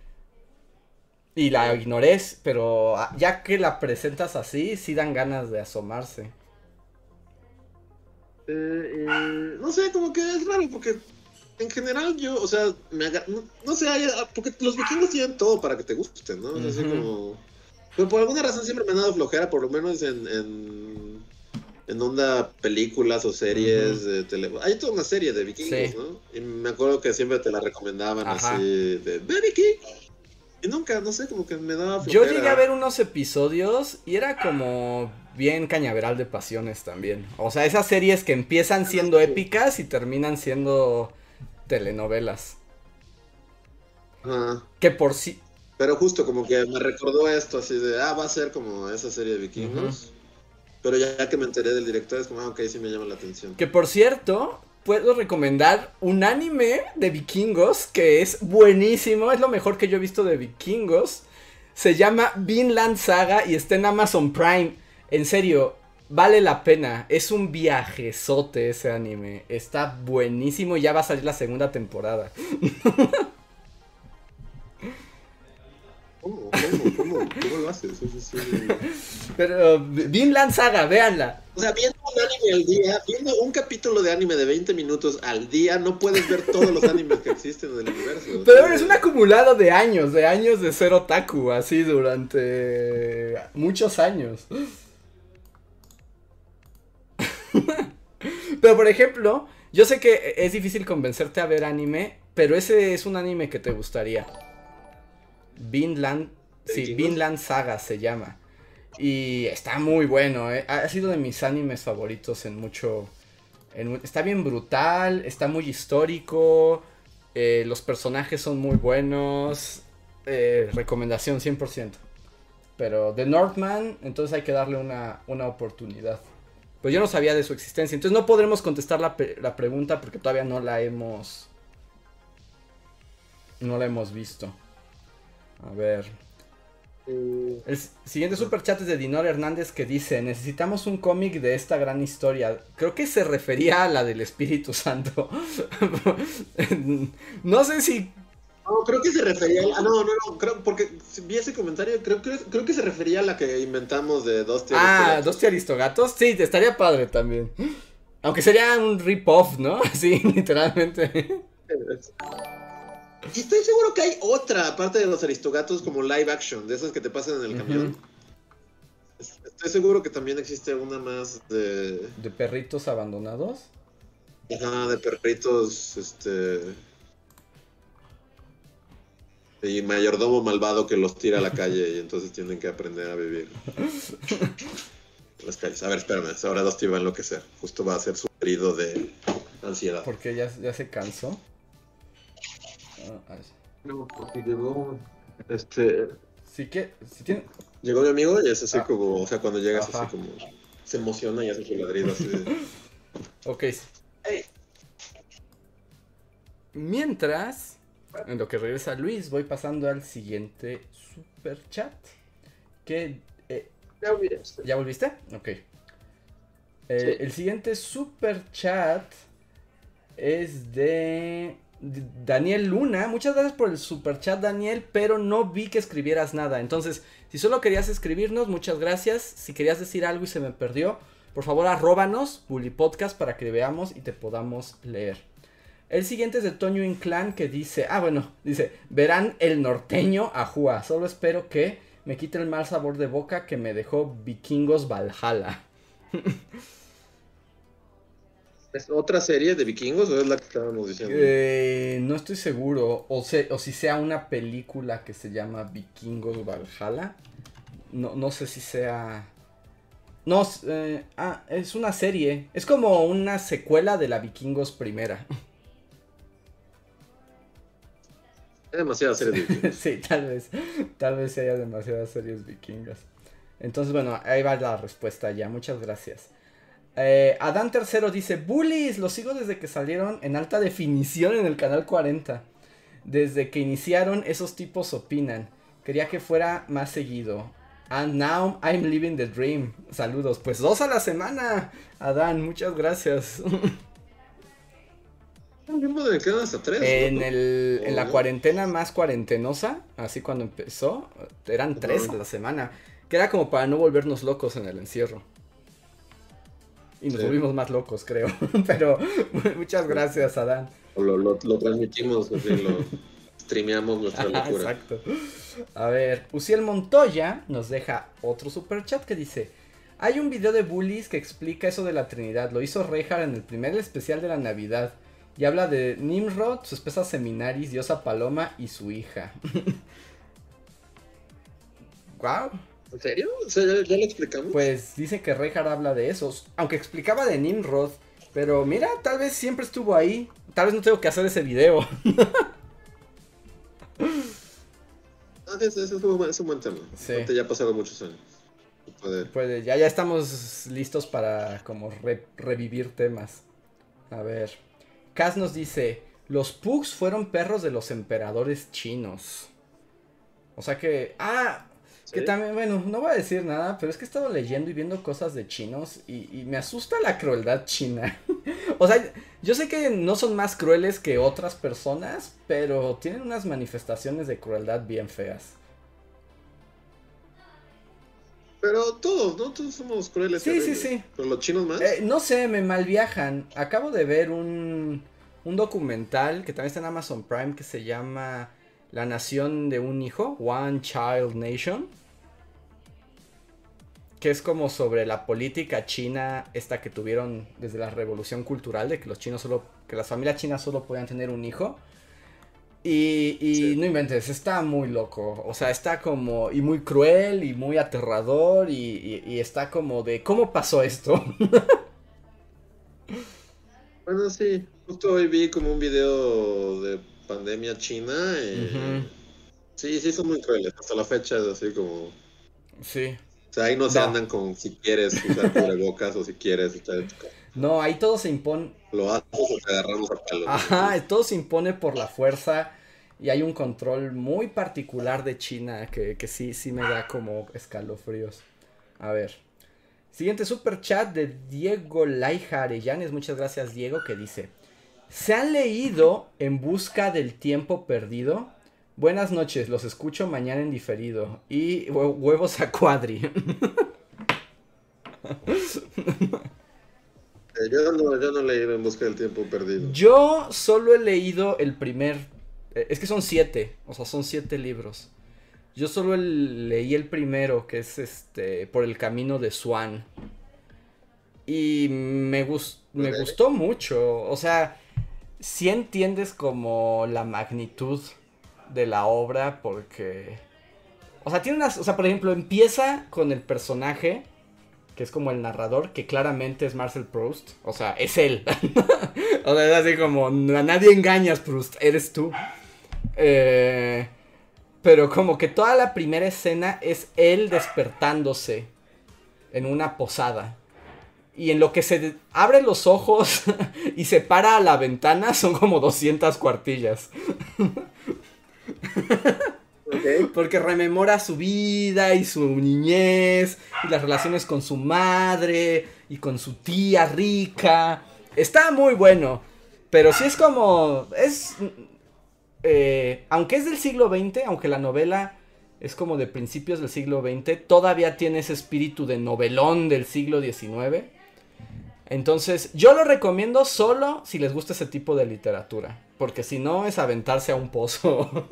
Y la ignoré, pero ya que la presentas así, sí dan ganas de asomarse. Eh, eh, no sé, como que es raro, porque en general yo, o sea, me haga, no, no sé, hay, porque los vikingos tienen todo para que te gusten, ¿no? Uh-huh. Así como... Pero por alguna razón siempre me han dado flojera, por lo menos en, en, en onda películas o series uh-huh. de tele... Hay toda una serie de vikingos, sí. ¿no? Y me acuerdo que siempre te la recomendaban Ajá. así, de, ¡ve viking! Y nunca, no sé, como que me daba flojera. Yo llegué a ver unos episodios y era como bien cañaveral de pasiones también. O sea, esas series que empiezan siendo épicas y terminan siendo telenovelas. Ajá. Que por sí... Pero justo como que me recordó esto, así de, ah, va a ser como esa serie de vikingos. Uh-huh. Pero ya, ya que me enteré del director, es como, ah, ok, sí me llama la atención. Que por cierto... Puedo recomendar un anime de vikingos que es buenísimo, es lo mejor que yo he visto de vikingos. Se llama Vinland Saga y está en Amazon Prime. En serio, vale la pena, es un viajezote ese anime. Está buenísimo y ya va a salir la segunda temporada. ¿Cómo? ¿Cómo? ¿Cómo? ¿Cómo lo haces? Sí, sí, sí. Pero Vinland Saga, véanla. O sea, viendo un anime al día, viendo un capítulo de anime de veinte minutos al día, no puedes ver todos los animes que existen en el universo. Pero es un acumulado de años, de años de ser otaku, así durante muchos años. Pero por ejemplo, yo sé que es difícil convencerte a ver anime, pero ese es un anime que te gustaría. Vinland, sí, Vinland Saga se llama. Y está muy bueno, ¿eh? Ha sido de mis animes favoritos en mucho... En, está bien brutal, está muy histórico, eh, los personajes son muy buenos, eh, recomendación cien por ciento. Pero The Northman, entonces hay que darle una, una oportunidad. Pero yo no sabía de su existencia, entonces no podremos contestar la, la pregunta porque todavía no la hemos... No la hemos visto. A ver... El siguiente superchat es de Dinor Hernández que dice: necesitamos un cómic de esta gran historia. Creo que se refería a la del Espíritu Santo. No sé si... No, creo que se refería a... Ah, no, no, no, creo, porque vi ese comentario, creo, creo, creo que se refería a la que inventamos de dos tíos. Ah, dos tíos aristogatos. Sí, estaría padre también. Aunque sería un rip-off, ¿no? Sí, literalmente. Y estoy seguro que hay otra, aparte de los aristogatos, como live action, de esas que te pasan en el camión. Uh-huh. Estoy seguro que también existe una más de... ¿De perritos abandonados? Ajá, de perritos, este... y mayordomo malvado que los tira a la calle y entonces tienen que aprender a vivir las calles. A ver, espérame, ahora dos te va a enloquecer. Justo va a ser su herido de ansiedad. ¿Por qué? ¿Ya, ya se cansó? No, porque llegó, este... Sí que, si tiene... Llegó mi amigo y es así ah. como, o sea, cuando llegas Ajá. así como, se emociona y hace su ladrido así de... Ok. Hey. Mientras, en lo que regresa Luis, voy pasando al siguiente super chat. Que... Eh, ya volviste. ¿Ya volviste? Ok. Eh, sí. El siguiente super chat es de... Daniel Luna. Muchas gracias por el super chat, Daniel, pero no vi que escribieras nada. Entonces, si solo querías escribirnos, muchas gracias. Si querías decir algo y se me perdió, por favor arróbanos Bully Podcast para que veamos y te podamos leer. El siguiente es de Toño Inclán que dice, ah bueno, dice, verán el norteño Ajúa. Solo espero que me quite el mal sabor de boca que me dejó Vikingos Valhalla. ¿Es otra serie de vikingos o es la que estábamos diciendo? Eh, no estoy seguro. O, se, o si sea una película que se llama Vikingos Valhalla. No, no sé si sea... No, eh, ah, es una serie. Es como una secuela de la Vikingos primera. Hay demasiadas series vikingas. Sí, tal vez. Tal vez haya demasiadas series vikingas. Entonces, bueno, ahí va la respuesta ya. Muchas gracias. Eh, Adán Tercero dice: Bullies, los sigo desde que salieron en alta definición en el canal cuarenta. Desde que iniciaron, esos tipos opinan. Quería que fuera más seguido. And now I'm living the dream. Saludos. Pues dos a la semana, Adán, muchas gracias. Me quedan hasta tres. En, ¿no? el, en la cuarentena más cuarentenosa, así cuando empezó, eran tres a la semana. Que era como para no volvernos locos en el encierro. Y nos sí. volvimos más locos, creo. Pero muchas gracias, Adán. Lo, lo, lo transmitimos, así, lo streameamos nuestra locura. Exacto. A ver, Uciel Montoya nos deja otro superchat que dice: hay un video de Bullies que explica eso de la Trinidad. Lo hizo Reinhardt en el primer especial de la Navidad. Y habla de Nimrod, su esposa Seminaris, diosa Paloma y su hija. Wow. ¿En serio? O sea, ¿ya, ya lo explicamos? Pues dice que Reinhardt habla de esos. Aunque explicaba de Nimrod. Pero mira, tal vez siempre estuvo ahí. Tal vez no tengo que hacer ese video. Ah, ese, ese es, un, es un buen tema. Sí. Aparte ya ha pasado muchos años. Puede... Puede, ya, ya estamos listos para como re, revivir temas. A ver. Kaz nos dice: los pugs fueron perros de los emperadores chinos. O sea que... Ah... Que ¿Sí? También, bueno, no voy a decir nada, pero es que he estado leyendo y viendo cosas de chinos y, y me asusta la crueldad china. O sea, yo sé que no son más crueles que otras personas, pero tienen unas manifestaciones de crueldad bien feas. Pero todos, ¿no? Todos somos crueles. Sí, sí, sí. ¿Pero los chinos más? Eh, no sé, me malviajan. Acabo de ver un, un documental que también está en Amazon Prime que se llama La Nación de un Hijo, One Child Nation. Que es como sobre la política china esta que tuvieron desde la revolución cultural, de que los chinos solo, que las familias chinas solo podían tener un hijo. Y, y sí. No inventes, está muy loco, o sea, está como, y muy cruel, y muy aterrador, y, y, y está como de, ¿cómo pasó esto? Bueno, sí, justo hoy vi como un video de pandemia china, y uh-huh. sí, sí son muy crueles, hasta la fecha es así como... Sí. O sea, ahí no se no. andan con si quieres usar cubrebocas o si quieres estar en tu casa. No, ahí todo se impone. Lo haces o te agarramos a palos. Ajá, ¿no? Todo se impone por la fuerza. Y hay un control muy particular de China que, que sí, sí me da como escalofríos. A ver. Siguiente super chat de Diego Laija Arellanes. Muchas gracias, Diego, que dice: ¿se han leído En busca del tiempo perdido? Buenas noches, los escucho mañana en diferido. Y hue- huevos a cuadri. Yo no, yo no leí En busca del tiempo perdido. Yo solo he leído el primer... eh, Es que son siete, o sea, son siete libros. Yo solo el- leí el primero, que es este Por el camino de Swan. Y me, gus- me Ok. gustó mucho. O sea, sí entiendes como la magnitud de la obra porque... O sea, tiene unas... O sea, por ejemplo, empieza con el personaje, que es como el narrador, que claramente es Marcel Proust. O sea, es él. O sea, es así como, a nadie engañas, Proust, eres tú. Eh, pero como que toda la primera escena es él despertándose en una posada. Y en lo que se de- abre los ojos y se para a la ventana son como doscientas cuartillas. Ok. Porque rememora su vida y su niñez y las relaciones con su madre y con su tía rica. Está muy bueno. Pero sí es como... Es... eh, aunque es del siglo veinte, aunque la novela es como de principios del siglo veinte, todavía tiene ese espíritu de novelón del siglo diecinueve. Entonces, yo lo recomiendo solo si les gusta ese tipo de literatura. Porque si no, es aventarse a un pozo.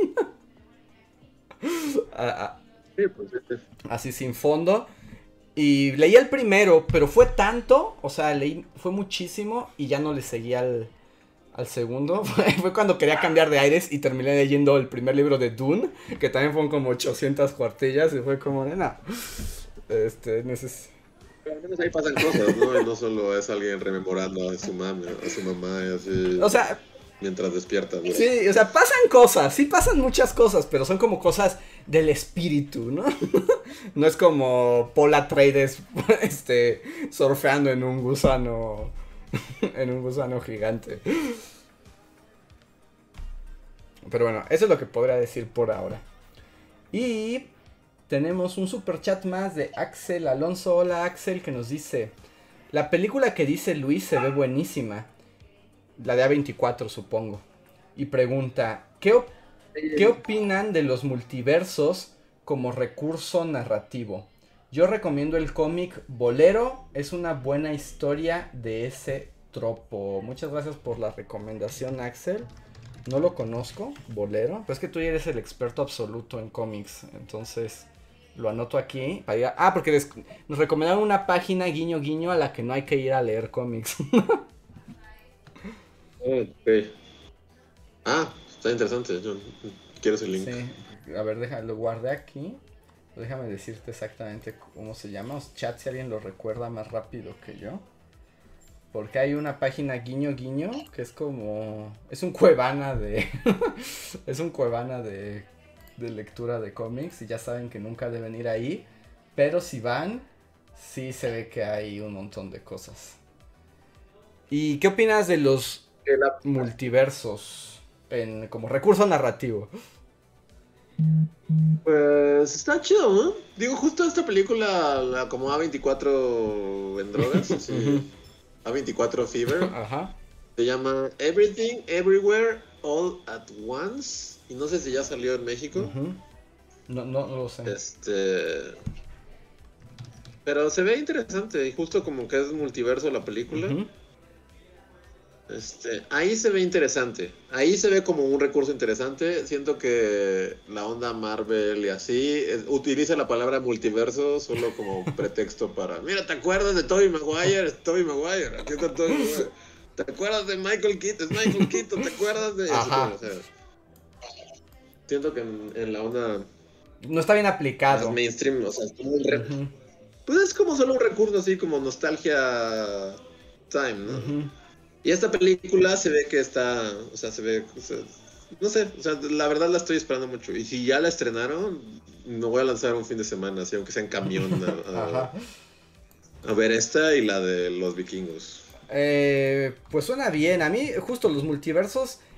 a, a, Sí, pues, sí, sí. así sin fondo. Y leí el primero, pero fue tanto, o sea, leí, fue muchísimo y ya no le seguí al, al segundo. Fue, fue cuando quería cambiar de aires y terminé leyendo el primer libro de Dune, que también fueron como ochocientas cuartillas y fue como, no, este, neces Pero al menos ahí pasan cosas, ¿no? Y no solo es alguien rememorando a su mamá, a su mamá y así. O sea, mientras despierta, güey. sí, o sea, pasan cosas, sí pasan muchas cosas, pero son como cosas del espíritu, ¿no? No es como Paul Atreides, este, surfeando en un gusano, en un gusano gigante. Pero bueno, eso es lo que podría decir por ahora. Y tenemos un super chat más de Axel Alonso. Hola Axel, que nos dice: la película que dice Luis se ve buenísima. La de A veinticuatro, supongo. Y pregunta: ¿qué, op ¿qué opinan de los multiversos como recurso narrativo? Yo recomiendo el cómic Bolero. Es una buena historia de ese tropo. Muchas gracias por la recomendación, Axel. No lo conozco, Bolero. Pero es que tú ya eres el experto absoluto en cómics. Entonces lo anoto aquí. Para ir a... Ah, porque les... nos recomendaron una página guiño guiño a la que no hay que ir a leer cómics. Ok. Ah, está interesante. Yo quiero ese link. Sí, a ver, déjalo, lo guardé aquí. Déjame decirte exactamente cómo se llama. Os chat si alguien lo recuerda más rápido que yo. Porque hay una página guiño guiño que es como... Es un cuevana de... es un cuevana de, de lectura de cómics. Y ya saben que nunca deben ir ahí. Pero si van, sí se ve que hay un montón de cosas. ¿Y qué opinas de los multiversos en, como recurso narrativo? Pues está chido, ¿no? Digo, justo esta película, la, como A veinticuatro en drogas, sí. Uh-huh. A veinticuatro Fever, Ajá. se llama Everything, Everywhere, All at Once, y no sé si ya salió en México. Uh-huh. No, no, no lo sé. Este... Pero se ve interesante, y justo como que es multiverso la película. Uh-huh. Este, ahí se ve interesante, ahí se ve como un recurso interesante. Siento que la onda Marvel y así es, utiliza la palabra multiverso solo como pretexto para, mira, ¿te acuerdas de Tobey Maguire? Es Tobey Maguire, aquí está Tobey Maguire. ¿Te acuerdas de Michael Keaton? Es Michael Keaton, ¿te acuerdas de...? Ajá. Así, o sea, siento que en, en la onda no está bien aplicado. más mainstream, o sea, es como un re... uh-huh. pues es como solo un recurso así como nostalgia time, ¿no? Uh-huh. Y esta película se ve que está, o sea, se ve, o sea, no sé, o sea, la verdad la estoy esperando mucho. Y si ya la estrenaron, me voy a lanzar un fin de semana, así, aunque sea en camión, a, a, a ver esta y la de los vikingos. Eh, pues suena bien. A mí, justo los multiversos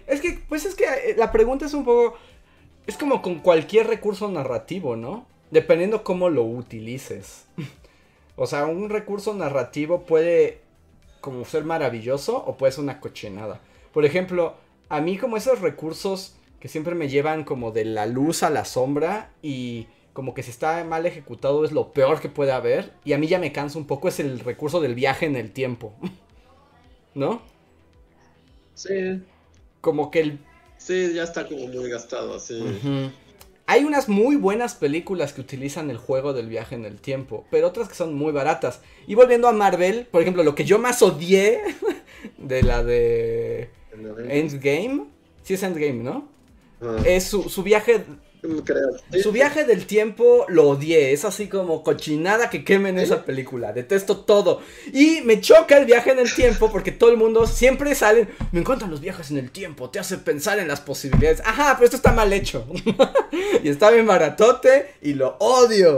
Es que, pues es que la pregunta es un poco... Es como con cualquier recurso narrativo, ¿no? Dependiendo cómo lo utilices. O sea, un recurso narrativo puede como ser maravilloso o puede ser una cochinada. Por ejemplo, a mí como esos recursos que siempre me llevan como de la luz a la sombra y como que si está mal ejecutado es lo peor que puede haber. Y a mí ya me cansa un poco, es el recurso del viaje en el tiempo. ¿No? Sí. Como que el... Sí, ya está como muy gastado, así. Uh-huh. Hay unas muy buenas películas que utilizan el juego del viaje en el tiempo, pero otras que son muy baratas. Y volviendo a Marvel, por ejemplo, lo que yo más odié de la de Endgame, sí es Endgame, ¿no? Ah. Es su, su viaje... Creo. Su viaje del tiempo lo odié. Es así como cochinada que quemen esa película. Detesto todo. Y me choca el viaje en el tiempo porque todo el mundo siempre salen. Me encantan los viajes en el tiempo. Te hace pensar en las posibilidades. Ajá, pero esto está mal hecho. Y está bien baratote y lo odio.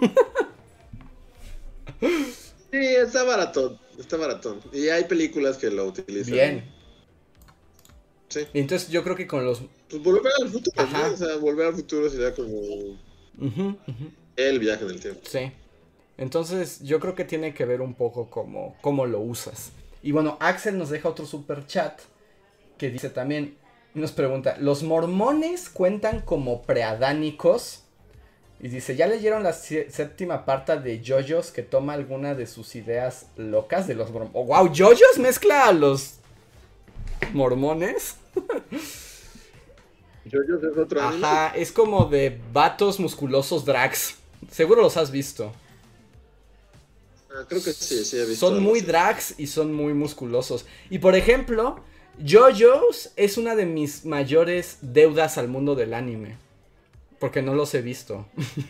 Sí, está baratón. Está baratón. Y hay películas que lo utilizan. Bien. Sí. Y entonces yo creo que con los... Pues volver al futuro, ¿no? O sea, volver al futuro sería como... Uh-huh, uh-huh. El viaje en el tiempo. Sí. Entonces yo creo que tiene que ver un poco como cómo lo usas. Y bueno, Axel nos deja otro super chat que dice también, nos pregunta, ¿los mormones cuentan como preadánicos? Y dice, ¿ya leyeron la c- séptima parte de JoJo's que toma alguna de sus ideas locas de los mormones? Oh, wow, JoJo's mezcla a los mormones. JoJo's es otro anime. Ajá, es como de vatos musculosos drags. Seguro los has visto. Ah, creo que sí, sí he visto. Son muy así. drags y son muy musculosos. Y por ejemplo, JoJo's es una de mis mayores deudas al mundo del anime. Porque no los he visto.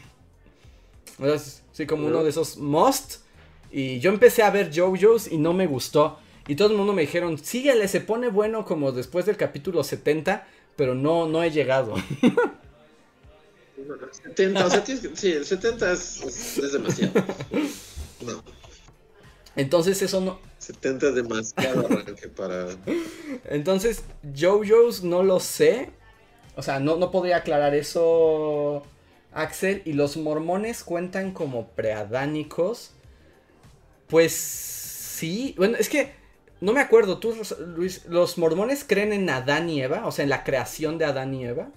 Sí, como uno de esos must. Y yo empecé a ver JoJo's y no me gustó. Y todo el mundo me dijeron, síguele, se pone bueno como después del capítulo setenta. Pero no, no he llegado. setenta, o sea, tienes que, sí, el setenta es, es, es demasiado. No. Entonces eso no... setenta es demasiado arranque para... Entonces, JoJo's no lo sé. O sea, no, no podría aclarar eso, Axel. Y los mormones cuentan como preadánicos. Pues sí. Bueno, es que no me acuerdo. Tú, Luis, ¿los mormones creen en Adán y Eva? O sea, en la creación de Adán y Eva.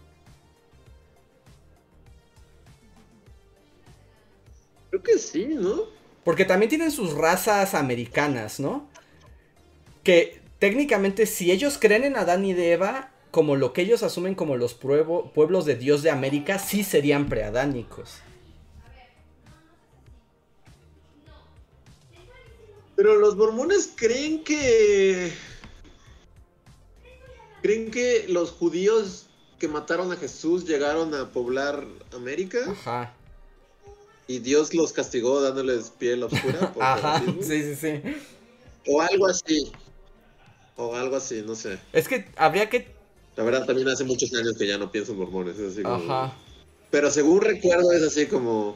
Creo que sí, ¿no? Porque también tienen sus razas americanas, ¿no? Que técnicamente si ellos creen en Adán y de Eva, como lo que ellos asumen como los pueblo, pueblos de Dios de América, sí serían preadánicos. Pero los mormones creen que... ¿Creen que los judíos que mataron a Jesús llegaron a poblar América? Ajá. Y Dios los castigó dándoles piel oscura. Por Ajá, racismo? sí, sí, sí. O algo así. O algo así, no sé. Es que habría que... La verdad, también hace muchos años que ya no pienso en mormones. Es así como... Ajá. Pero según recuerdo es así como...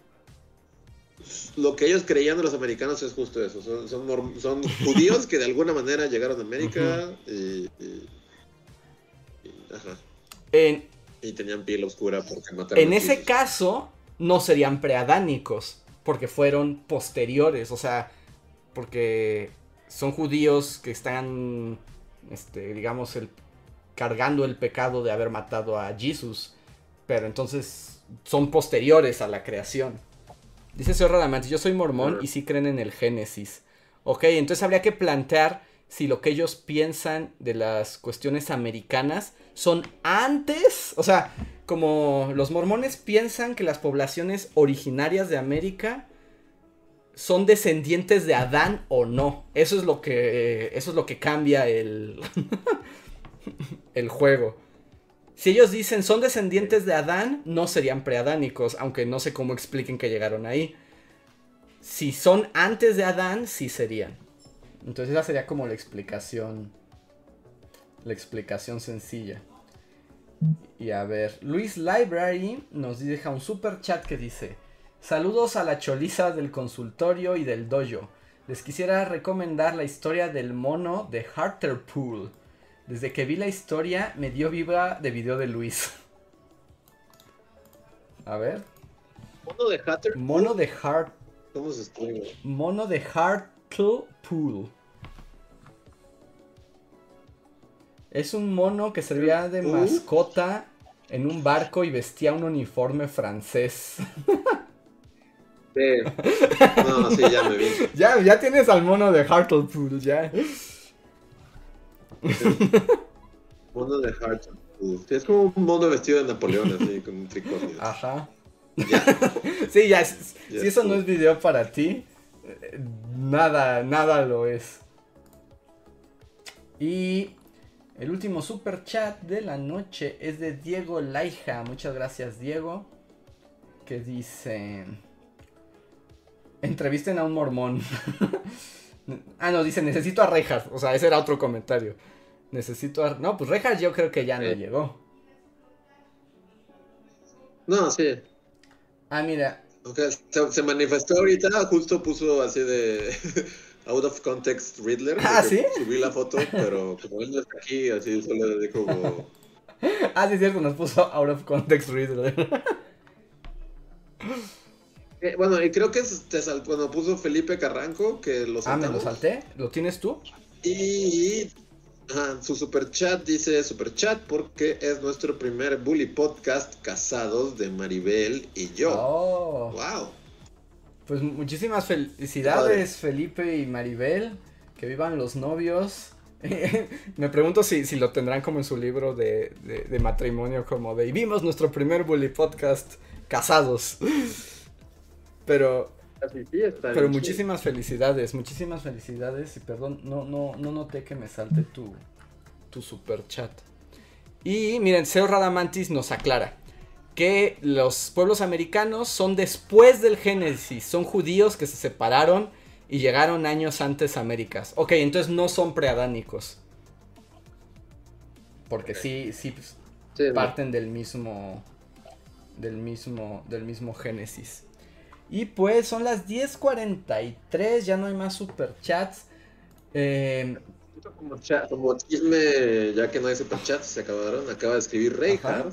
Lo que ellos creían de los americanos es justo eso. Son, son, mor- son judíos que de alguna manera llegaron a América uh-huh. y, y, y... Ajá. En... Y tenían piel oscura porque mataron En a ese Jesús. caso, no serían preadánicos, porque fueron posteriores, o sea, porque son judíos que están, este, digamos, el, cargando el pecado de haber matado a Jesús, pero entonces son posteriores a la creación. Dice Señor Radamante, yo soy mormón y sí creen en el Génesis. Ok, entonces habría que plantear si lo que ellos piensan de las cuestiones americanas son antes, o sea, como los mormones piensan que las poblaciones originarias de América son descendientes de Adán o no. Eso es lo que, eso es lo que cambia el, el juego. Si ellos dicen son descendientes de Adán, no serían preadánicos, aunque no sé cómo expliquen que llegaron ahí. Si son antes de Adán, sí serían. Entonces esa sería como la explicación, la explicación sencilla. Y a ver, Luis Library nos deja un super chat que dice: saludos a la choliza del consultorio y del dojo. Les quisiera recomendar la historia del mono de Hartlepool. Desde que vi la historia me dio vibra de video de Luis. A ver. Mono de Hatter. Mono de Heart. ¿Cómo se escribe? Mono de Hartlepool. Es un mono que servía de mascota en un barco y vestía un uniforme francés. Sí. No, sí, ya me vi. Ya, ya tienes al mono de Hartlepool, ya. Sí. Mono de Hartlepool. Sí, es como un mono vestido de Napoleón, así, con un tricornio. Ajá. Ya. Sí, ya, si Ya eso no es video para ti, nada, nada lo es. Y el último super chat de la noche es de Diego Laija. Muchas gracias, Diego. Que dice: entrevisten a un mormón. Ah, no, dice: necesito a Rejas. O sea, ese era otro comentario. Necesito a... No, pues Rejas yo creo que ya no Sí. llegó. No, sí. Ah, mira. Okay, se, se manifestó ahorita, justo puso así de out of context Riddler. Ah, ¿sí? Subí la foto, pero como él no está aquí, así solo le dijo como... Ah, sí, es cierto, nos puso out of context Riddler. Eh, bueno, y creo que te sal... bueno, puso Felipe Carranco, que lo Ah, saltamos. ¿me lo salté? ¿Lo tienes tú? Y ajá, su superchat dice superchat porque es nuestro primer bully podcast casados de Maribel y yo. Oh. Wow. Pues muchísimas felicidades, Felipe y Maribel. Que vivan los novios. Me pregunto si, si lo tendrán como en su libro de, de, de matrimonio, como de... Y vimos nuestro primer bully podcast casados. Pero... Así sí está Pero bien muchísimas felicidades, muchísimas felicidades. Y perdón, no, no, no noté que me salte tu, tu super chat. Y miren, Seo Radamantis nos aclara que los pueblos americanos son después del Génesis. Son judíos que se separaron y llegaron años antes a Américas. Ok, entonces no son preadánicos. Porque sí, sí, pues, sí, parten ¿no? del mismo. Del mismo. Del mismo Génesis. Y pues son las diez cuarenta y tres, ya no hay más superchats. Eh, como, chat, como chisme, ya que no hay superchats, se acabaron, acaba de escribir Reinhardt.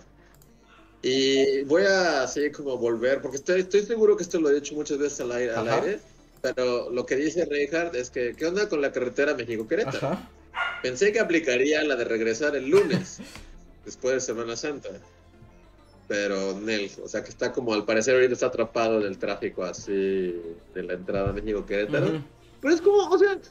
Y voy a así como volver, porque estoy, estoy seguro que esto lo he dicho muchas veces al aire, al aire, pero lo que dice Reinhardt es que, ¿qué onda con la carretera México-Querétaro? Pensé que aplicaría la de regresar el lunes, después de Semana Santa. Pero Nel, o sea que está como, al parecer ahorita está atrapado en el tráfico así de la entrada a México-Querétaro. Uh-huh. Pero es como, o sea,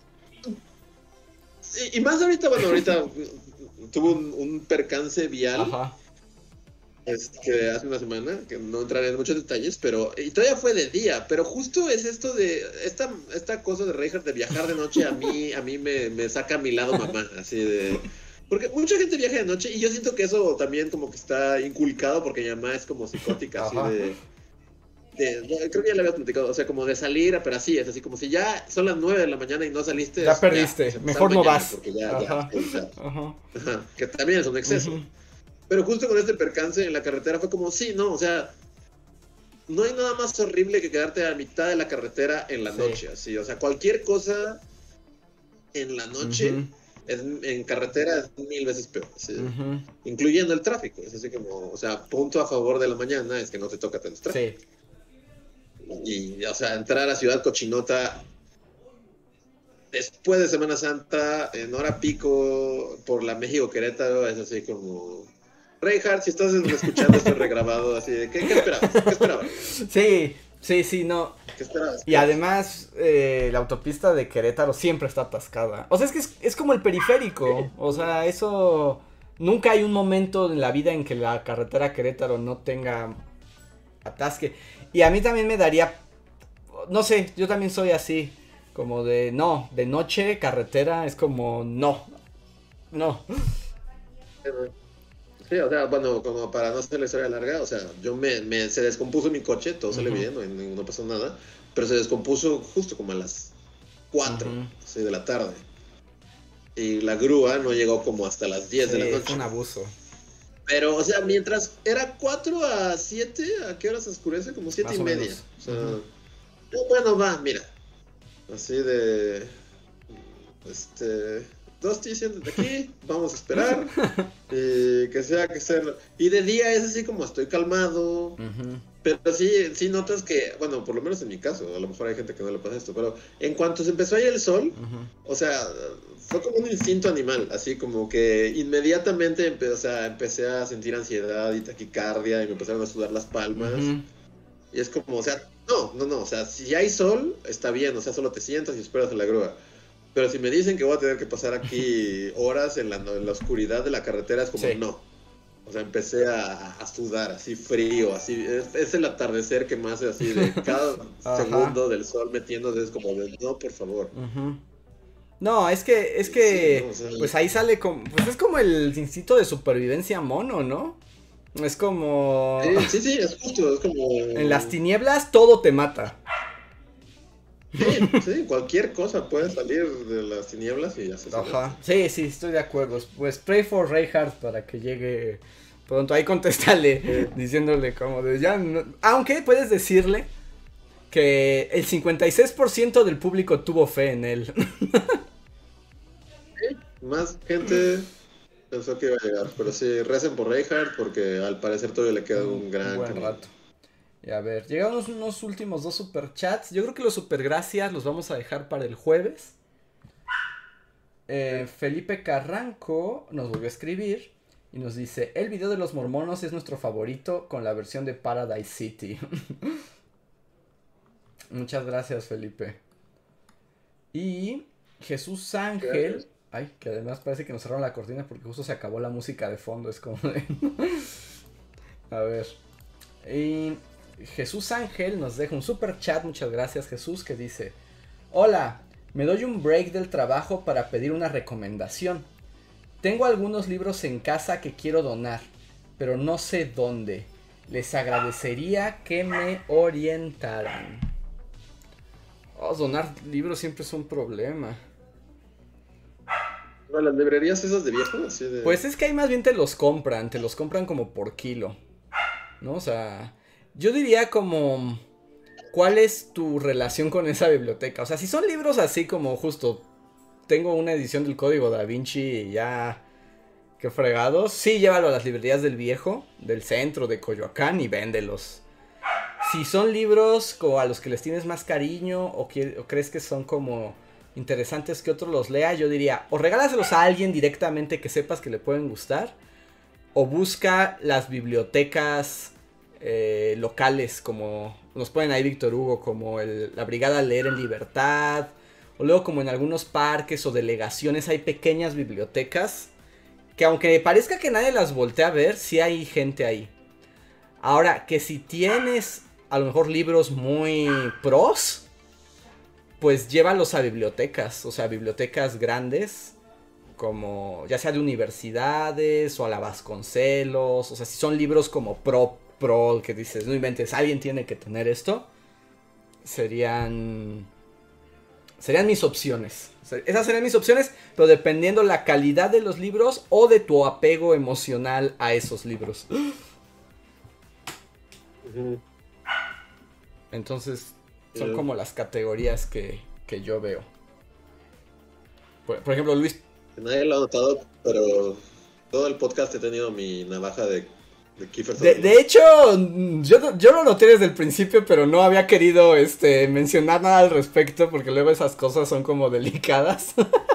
y, y más ahorita, bueno, ahorita tuvo un, un percance vial. Ajá. Este, hace una semana, que no entraré en muchos detalles, pero, y todavía fue de día, pero justo es esto de, esta, esta cosa de Reinhardt de viajar de noche a mí, a mí me, me saca a mi lado mamá, así de... Porque mucha gente viaja de noche y yo siento que eso también como que está inculcado porque mi mamá es como psicótica, así de, de, de... Creo que ya le había platicado, o sea, como de salir, pero así, es así como si ya son las nueve de la mañana y no saliste... Ya perdiste, ya, mejor no vas. Porque ya, Ajá. Ya, ya, Ajá. Ajá. Que también es un exceso. Uh-huh. Pero justo con este percance en la carretera fue como, sí, no, o sea... No hay nada más horrible que quedarte a mitad de la carretera en la sí. noche, así, o sea, cualquier cosa en la noche... Uh-huh. Es, en carretera es mil veces peor, ¿sí? Uh-huh. Incluyendo el tráfico. Es así como, o sea, punto a favor de la mañana es que no te toca tanto tráfico. Sí. Y, o sea, entrar a Ciudad Cochinota después de Semana Santa, en hora pico, por la México-Querétaro, es así como... Reinhardt, si estás escuchando esto regrabado, así de, ¿qué, qué esperabas? ¿Qué esperabas? Sí, sí, sí, no. ¿Qué esperabas? Y además, eh, la autopista de Querétaro siempre está atascada. O sea, es que es, es como el periférico. O sea, eso... Nunca hay un momento en la vida en que la carretera Querétaro no tenga atasque. Y a mí también me daría... No sé, yo también soy así. Como de, no, de noche, carretera, es como, no. No. Sí, o sea, bueno, como para no hacer la historia larga, o sea, yo me, me se descompuso mi coche, todo uh-huh. salió bien, no, no pasó nada, pero se descompuso justo como a las cuatro, uh-huh. así de la tarde. Y la grúa no llegó como hasta las diez sí, de la noche. Es un abuso. Pero, o sea, mientras era cuatro a siete, ¿a qué horas oscurece? Como siete Más y media. Menos. O sea, uh-huh. bueno, va, mira. Así de... Este... Dusty, siéntate aquí, vamos a esperar, eh, que sea, que sea, y de día es así como estoy calmado, uh-huh. Pero sí, sí notas que, bueno, por lo menos en mi caso, a lo mejor hay gente que no le pasa esto, pero en cuanto se empezó a ir el sol, uh-huh. O sea, fue como un instinto animal, así como que inmediatamente empe- o sea, empecé a sentir ansiedad y taquicardia y me empezaron a sudar las palmas, uh-huh. Y es como, o sea, no, no, no, o sea, si hay sol, está bien, o sea, solo te sientas y esperas a la grúa. Pero si me dicen que voy a tener que pasar aquí horas en la, en la oscuridad de la carretera, es como, sí. No. O sea, empecé a, a sudar, así frío, así. Es, es el atardecer que me hace así, de cada segundo del sol metiéndose, es como de, no, por favor. Uh-huh. No, es que, es que, sí, no, o sea, pues ahí sale como, pues es como el instinto de supervivencia mono, ¿no? Es como... Sí, sí, sí, es justo, es como... En las tinieblas todo te mata. Sí, sí, cualquier cosa puede salir de las tinieblas y asesinar. Ajá, sí, sí, estoy de acuerdo. Pues pray for Reinhardt para que llegue pronto. Ahí contéstale, sí. Diciéndole como de ya no... Aunque puedes decirle que el cincuenta y seis por ciento del público tuvo fe en él. Sí, más gente pensó que iba a llegar, pero sí, recen por Reinhardt porque al parecer todavía le queda un gran un buen camino. Rato. Y a ver, llegamos unos últimos dos superchats. Yo creo que los supergracias los vamos a dejar para el jueves. Eh, Felipe Carranco nos volvió a escribir y nos dice: el video de los mormonos es nuestro favorito con la versión de Paradise City. Muchas gracias, Felipe. Y Jesús Ángel. Ay, que además parece que nos cerraron la cortina porque justo se acabó la música de fondo. Es como de... A ver. Y... Jesús Ángel nos deja un super chat, muchas gracias Jesús, que dice: hola, me doy un break del trabajo para pedir una recomendación. Tengo algunos libros en casa que quiero donar, pero no sé dónde. Les agradecería que me orientaran. Oh, donar libros siempre es un problema. Bueno, las librerías esas de viejo, así de... Pues es que ahí más bien te los compran, te los compran como por kilo, ¿no? O sea... Yo diría como, ¿cuál es tu relación con esa biblioteca? O sea, si son libros así como justo, tengo una edición del Código Da Vinci y ya, qué fregados. Sí, llévalo a las librerías del Viejo, del centro, de Coyoacán y véndelos. Si son libros como a los que les tienes más cariño o, que, o crees que son como interesantes que otro los lea, yo diría, o regálaselos a alguien directamente que sepas que le pueden gustar, o busca las bibliotecas... Eh, locales, como nos ponen ahí Víctor Hugo, como el, la Brigada Leer en Libertad, o luego como en algunos parques o delegaciones hay pequeñas bibliotecas que aunque parezca que nadie las voltea a ver, sí hay gente ahí. Ahora, que si tienes a lo mejor libros muy pros, pues llévalos a bibliotecas, o sea, bibliotecas grandes, como ya sea de universidades o a la Vasconcelos, o sea, si son libros como pro pro, que dices, no inventes, alguien tiene que tener esto, serían serían mis opciones. Esas serían mis opciones, pero dependiendo la calidad de los libros o de tu apego emocional a esos libros. Uh-huh. Entonces, son uh-huh. como las categorías que, que yo veo. Por, por ejemplo, Luis... Nadie lo ha notado, pero todo el podcast he tenido mi navaja de De, de, de hecho, yo, yo lo noté desde el principio, pero no había querido este mencionar nada al respecto, porque luego esas cosas son como delicadas.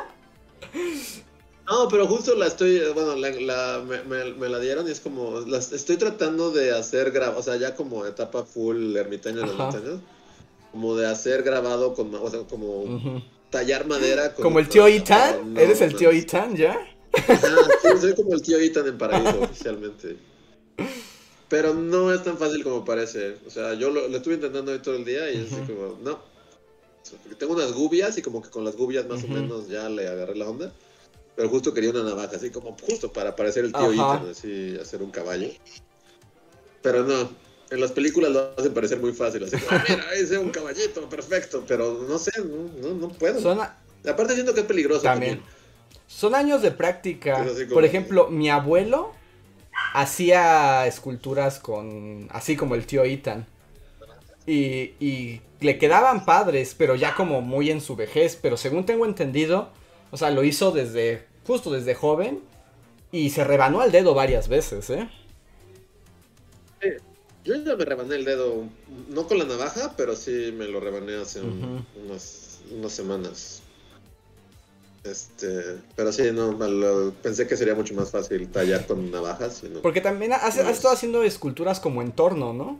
No, pero justo la estoy, bueno, la, la, me, me, me la dieron y es como, la estoy tratando de hacer grabado, o sea, ya como etapa full ermitaño de los montaños, como de hacer grabado con, o sea, como uh-huh. tallar madera. Con como el tío Ethan, no, ¿eres el tío Ethan ya? Ajá, sí, soy como el tío Ethan en Paraíso oficialmente. Pero no es tan fácil como parece. O sea, yo lo, lo estuve intentando hoy todo el día y uh-huh. es así como, no. Tengo unas gubias y como que con las gubias más uh-huh. o menos ya le agarré la onda. Pero justo quería una navaja, así como justo para parecer el tío Ethan, así hacer un caballo. Pero no, en las películas lo hacen parecer muy fácil, así como, mira, ese es un caballito, perfecto. Pero no sé, no, no, no puedo. Son a... Aparte siento que es peligroso también. también. Son años de práctica. Como... Por ejemplo, mi abuelo hacía esculturas con, así como el tío Ethan. Y, y le quedaban padres, pero ya como muy en su vejez. Pero según tengo entendido, O sea, lo hizo desde, justo desde joven y se rebanó el dedo varias veces, ¿eh? Sí. Yo ya me rebané el dedo, no con la navaja, pero sí me lo rebané hace un, uh-huh. unas, unas semanas. Este, pero sí, no, lo, pensé que sería mucho más fácil tallar con navajas. No, porque también has, no has estado haciendo esculturas como en torno, ¿no?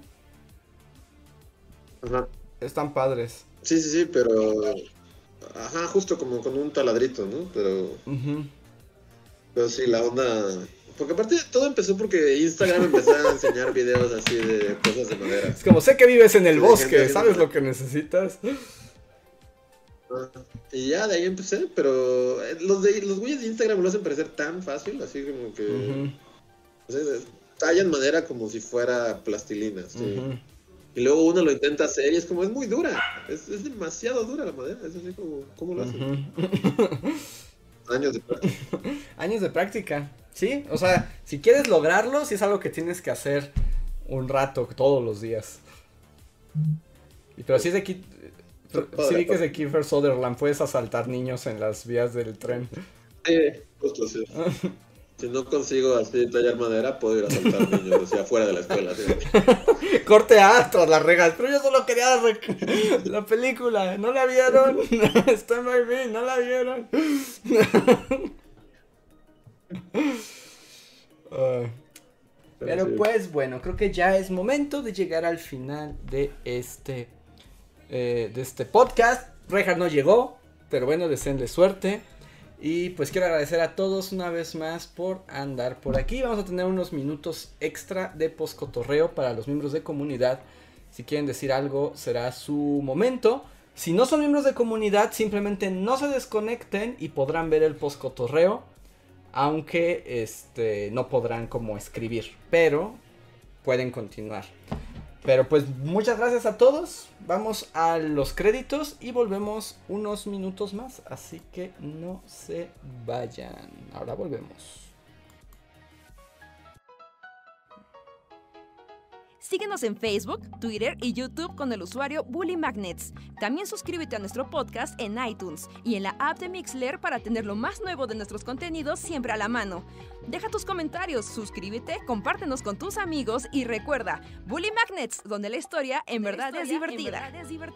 Ajá. Están padres. Sí, sí, sí, pero... Ajá, justo como con un taladrito, ¿no? Pero... Uh-huh. Pero sí, la onda... Porque aparte todo empezó porque Instagram empezó a enseñar videos así de cosas de madera. Es como, sé que vives en el sí, bosque, ¿sabes lo que necesitas? Y ya de ahí empecé, pero los de los güeyes de Instagram lo hacen parecer tan fácil, así como que uh-huh. o sea, tallan madera como si fuera plastilina, ¿sí? Uh-huh. Y luego uno lo intenta hacer y es como, es muy dura, es, es demasiado dura la madera, es así como, ¿cómo lo hacen? Uh-huh. Años de práctica. Años de práctica, sí, o sea, si quieres lograrlo, sí es algo que tienes que hacer un rato, todos los días. Pero sí es de aquí... Sí vi que es de Kiefer Sutherland, puedes asaltar niños en las vías del tren. Sí, justo sí. Si no consigo así tallar madera, puedo ir a asaltar niños, o sea, fuera de la escuela. ¿Sí? Corte A tras las regas, pero yo solo quería rec- la película, ¿no la vieron? Stand by me, ¿no la vieron? uh, pero pues bueno, creo que ya es momento de llegar al final de este... Eh, de este podcast. Reinhardt no llegó, pero bueno, deseenle suerte. Y pues quiero agradecer a todos una vez más por andar por aquí. Vamos a tener unos minutos extra de poscotorreo para los miembros de comunidad. Si quieren decir algo, será su momento. Si no son miembros de comunidad, simplemente no se desconecten y podrán ver el poscotorreo. Aunque este no podrán como escribir, pero pueden continuar. Pero pues muchas gracias a todos. Vamos a los créditos y volvemos unos minutos más. Así que no se vayan. Ahora volvemos. Síguenos en Facebook, Twitter y YouTube con el usuario Bully Magnets. También suscríbete a nuestro podcast en iTunes y en la app de Mixler para tener lo más nuevo de nuestros contenidos siempre a la mano. Deja tus comentarios, suscríbete, compártenos con tus amigos y recuerda, Bully Magnets, donde la historia en verdad es divertida.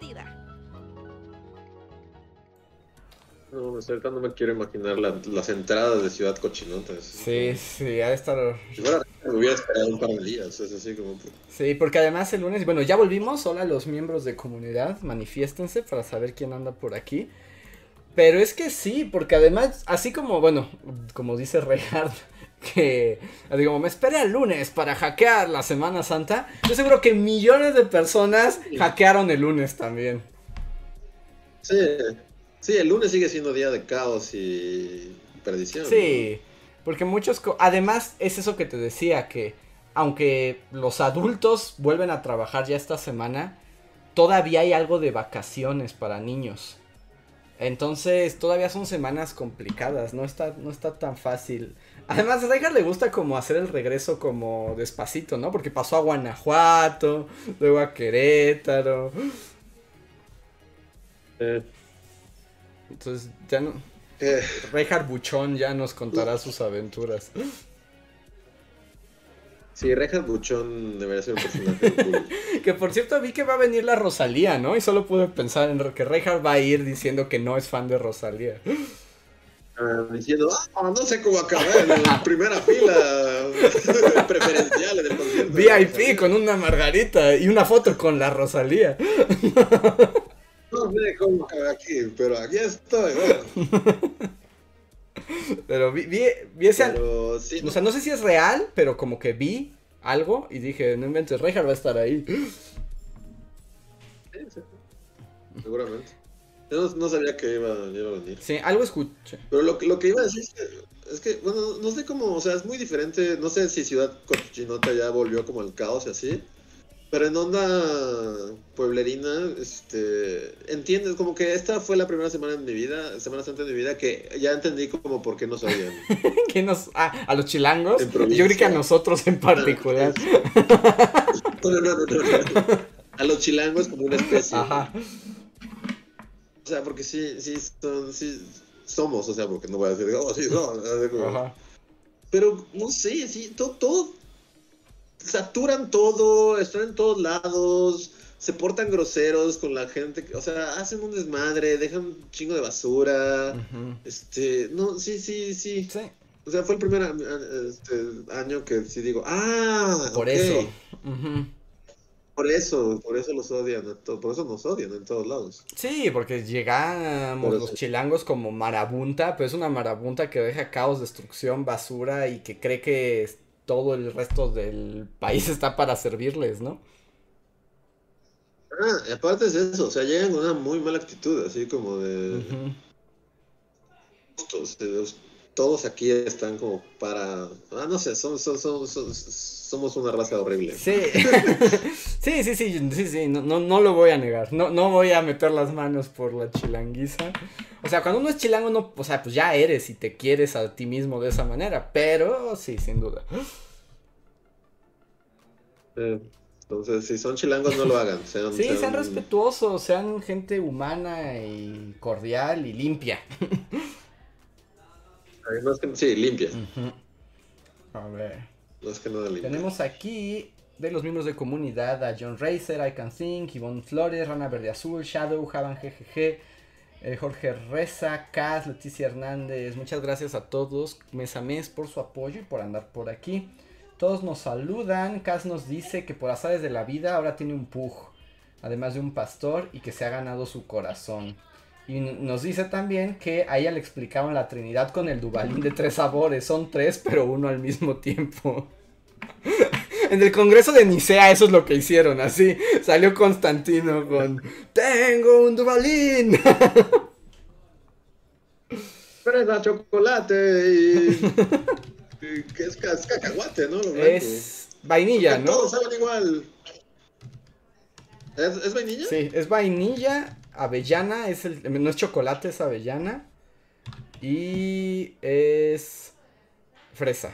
No, ahorita no me quiero imaginar la, las entradas de Ciudad Cochinotas. Sí, sí, ha de estar... Si fuera, me hubiera esperado un par de días, es así como... Sí, porque además el lunes, bueno, ya volvimos, hola los miembros de comunidad, manifiéstense para saber quién anda por aquí. Pero es que sí, porque además, así como, bueno, como dice Reinhardt, que, digo, me esperé al lunes para hackear la Semana Santa, yo seguro que millones de personas sí. hackearon el lunes también. Sí. Sí, el lunes sigue siendo día de caos y perdición. Sí, ¿no? Porque muchos... Co- Además, es eso que te decía, que aunque los adultos vuelven a trabajar ya esta semana, todavía hay algo de vacaciones para niños. Entonces, todavía son semanas complicadas, no está, no está tan fácil. Además, a Reinhardt le gusta como hacer el regreso como despacito, ¿no? Porque pasó a Guanajuato, luego a Querétaro. Eh... Entonces ya no... Eh. Reinhardt Buchón ya nos contará sus aventuras. Sí, Reinhardt Buchón debería ser un personaje cool. Que por cierto vi que va a venir la Rosalía, ¿no? Y solo pude pensar en que Reinhardt va a ir diciendo que no es fan de Rosalía. Uh, diciendo, ah, no sé cómo acabar en la primera fila preferencial en el concierto. V I P con una margarita y una foto con la Rosalía. No sé cómo acabé aquí, pero aquí estoy, bueno. Pero vi, vi, vi ese... Pero, sí, o sea, no sé si es real, pero como que vi algo y dije, no inventes, Reinhardt va a estar ahí. Sí, sí. Seguramente. Yo no, no sabía que iba, iba a venir. Sí, algo escuché. Pero lo, lo que iba a decir es que, es que, bueno, no sé cómo, o sea, es muy diferente. No sé si Ciudad Cochinota ya volvió como al caos y así. Pero en onda pueblerina, este, entiendes, como que esta fue la primera semana en mi vida, Semana Santa de mi vida, que ya entendí como por qué no sabían. ¿Qué nos, ah, a los chilangos? Yo creo que a nosotros en particular. No, no, no, no, no. A los chilangos como una especie. Ajá. O sea, porque sí, sí, son, sí, somos, o sea, porque no voy a decir, oh, sí, no. Ajá. Pero, no sé, sí, todo, todo, saturan todo, están en todos lados, se portan groseros con la gente, o sea, hacen un desmadre, dejan un chingo de basura, uh-huh. este, no, sí, sí, sí, sí. O sea, fue el primer este, año que sí digo, ah, por okay. eso. Uh-huh. Por eso, por eso los odian, por eso nos odian en todos lados. Sí, porque llegamos los chilangos como marabunta, pero es una marabunta que deja caos, destrucción, basura y que cree que todo el resto del país está para servirles, ¿no? Ah, y aparte es eso, o sea, llegan con una muy mala actitud, así como de... Uh-huh. Todos, todos aquí están como para... Ah, no sé, son, son, son, son, somos una raza horrible. Sí, sí, sí, sí, sí, sí, no, no, no lo voy a negar, no, no voy a meter las manos por la chilanguiza. O sea, cuando uno es chilango, no, o sea, pues ya eres y te quieres a ti mismo de esa manera, pero sí, sin duda. Eh, entonces, si son chilangos, no lo hagan. Sean, sí, sean... sean respetuosos, sean gente humana y cordial y limpia. Más que, sí, limpia. Uh-huh. A ver. Más que nada limpia. Tenemos aquí de los miembros de comunidad a John Racer, I Can Think, Ivonne Flores, Rana Verde Azul, Shadow, Javan G G G, eh, Jorge Reza, Kaz, Leticia Hernández. Muchas gracias a todos mes a mes por su apoyo y por andar por aquí. Todos nos saludan. Kaz nos dice que por azares de la vida ahora tiene un pug, además de un pastor, y que se ha ganado su corazón. Y nos dice también que a ella le explicaban la Trinidad con el Dubalín de tres sabores. Son tres, pero uno al mismo tiempo. En el Congreso de Nicea eso es lo que hicieron, así. Salió Constantino con ¡tengo un Dubalín! Fresa, chocolate y... que es, es cacahuate, ¿no? Lo es vainilla, porque ¿no? Todos saben igual. ¿Es, ¿Es vainilla? Sí, es vainilla, avellana, es el, no es chocolate, es avellana. Y es fresa.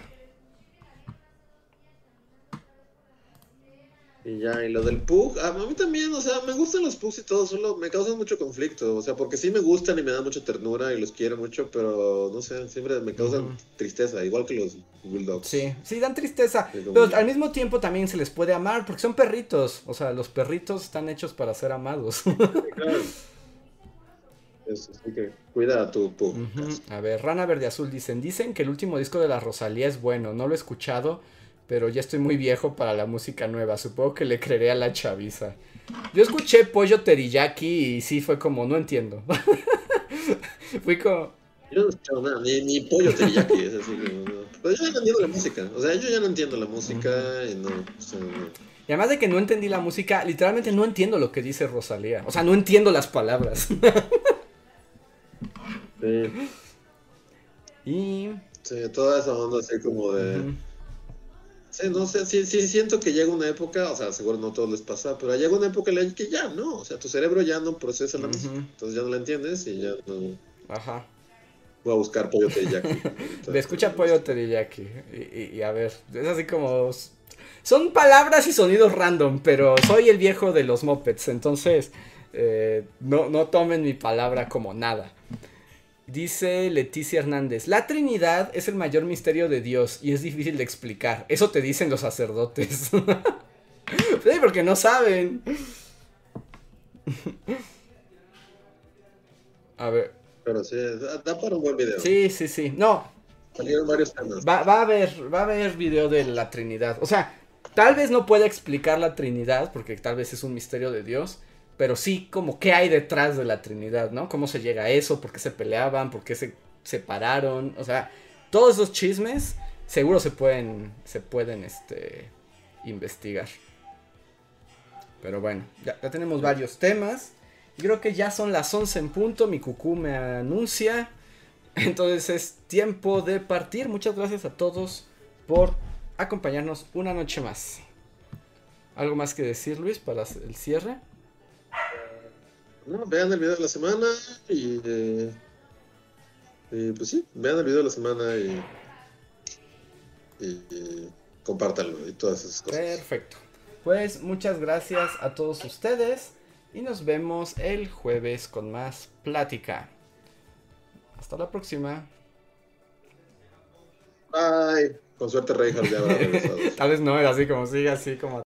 Y ya, y lo del pug, a mí también, o sea, me gustan los pugs y todo, solo me causan mucho conflicto, o sea, porque sí me gustan y me dan mucha ternura y los quiero mucho, pero no sé, siempre me causan uh-huh. tristeza, igual que los bulldogs. Sí, sí, dan tristeza, sí, pero al mismo tiempo también se les puede amar, porque son perritos, o sea, los perritos están hechos para ser amados. Sí, claro. Eso, así que cuida a tu pug. Uh-huh. A ver, Rana Verde Azul dicen, dicen que el último disco de la Rosalía es bueno, no lo he escuchado, pero ya estoy muy viejo para la música nueva. Supongo que le creeré a la chaviza. Yo escuché Pollo Teriyaki y sí fue como, no entiendo. Fui como... Yo no escucho nada, ni, ni Pollo Teriyaki. Es así como, no. Pero yo ya no entiendo la música. O sea, yo ya no entiendo la música uh-huh. y no, o sea, no. Y además de que no entendí la música, literalmente no entiendo lo que dice Rosalía. O sea, no entiendo las palabras. Sí. Y... Sí, toda esa onda así como de... Uh-huh. Sí, no sé, sí, sí siento que llega una época, o sea, seguro no a todos les pasa, pero llega una época en la que ya, ¿no? O sea, tu cerebro ya no procesa la uh-huh. música, entonces ya no la entiendes y ya no... Ajá. Voy a buscar Pollo Teriyaki. Me escucha Pollo Teriyaki y, y, y a ver, es así como... Son palabras y sonidos random, pero soy el viejo de los mopeds, entonces eh, no, no tomen mi palabra como nada. Dice Leticia Hernández, la Trinidad es el mayor misterio de Dios y es difícil de explicar. Eso te dicen los sacerdotes. Sí, porque no saben. A ver. Pero sí, da para un buen video. Sí, sí, sí. No. Salieron varios temas. Va, va a haber, va a haber video de la Trinidad. O sea, tal vez no pueda explicar la Trinidad, porque tal vez es un misterio de Dios. Pero sí, como qué hay detrás de la Trinidad, ¿no? ¿Cómo se llega a eso? ¿Por qué se peleaban? ¿Por qué se separaron? O sea, todos esos chismes seguro se pueden, se pueden, este, investigar. Pero bueno, ya, ya tenemos varios temas. Y creo que ya son las once en punto, mi cucú me anuncia. Entonces es tiempo de partir. Muchas gracias a todos por acompañarnos una noche más. ¿Algo más que decir, Luis, para el cierre? No, vean el video de la semana y, eh, y pues sí, vean el video de la semana y, y, y compártanlo y todas esas cosas. Perfecto. Pues muchas gracias a todos ustedes y nos vemos el jueves con más plática. Hasta la próxima. Bye. Con suerte Reinhardt ya habrá regresado. Tal vez no, era así como sigue así como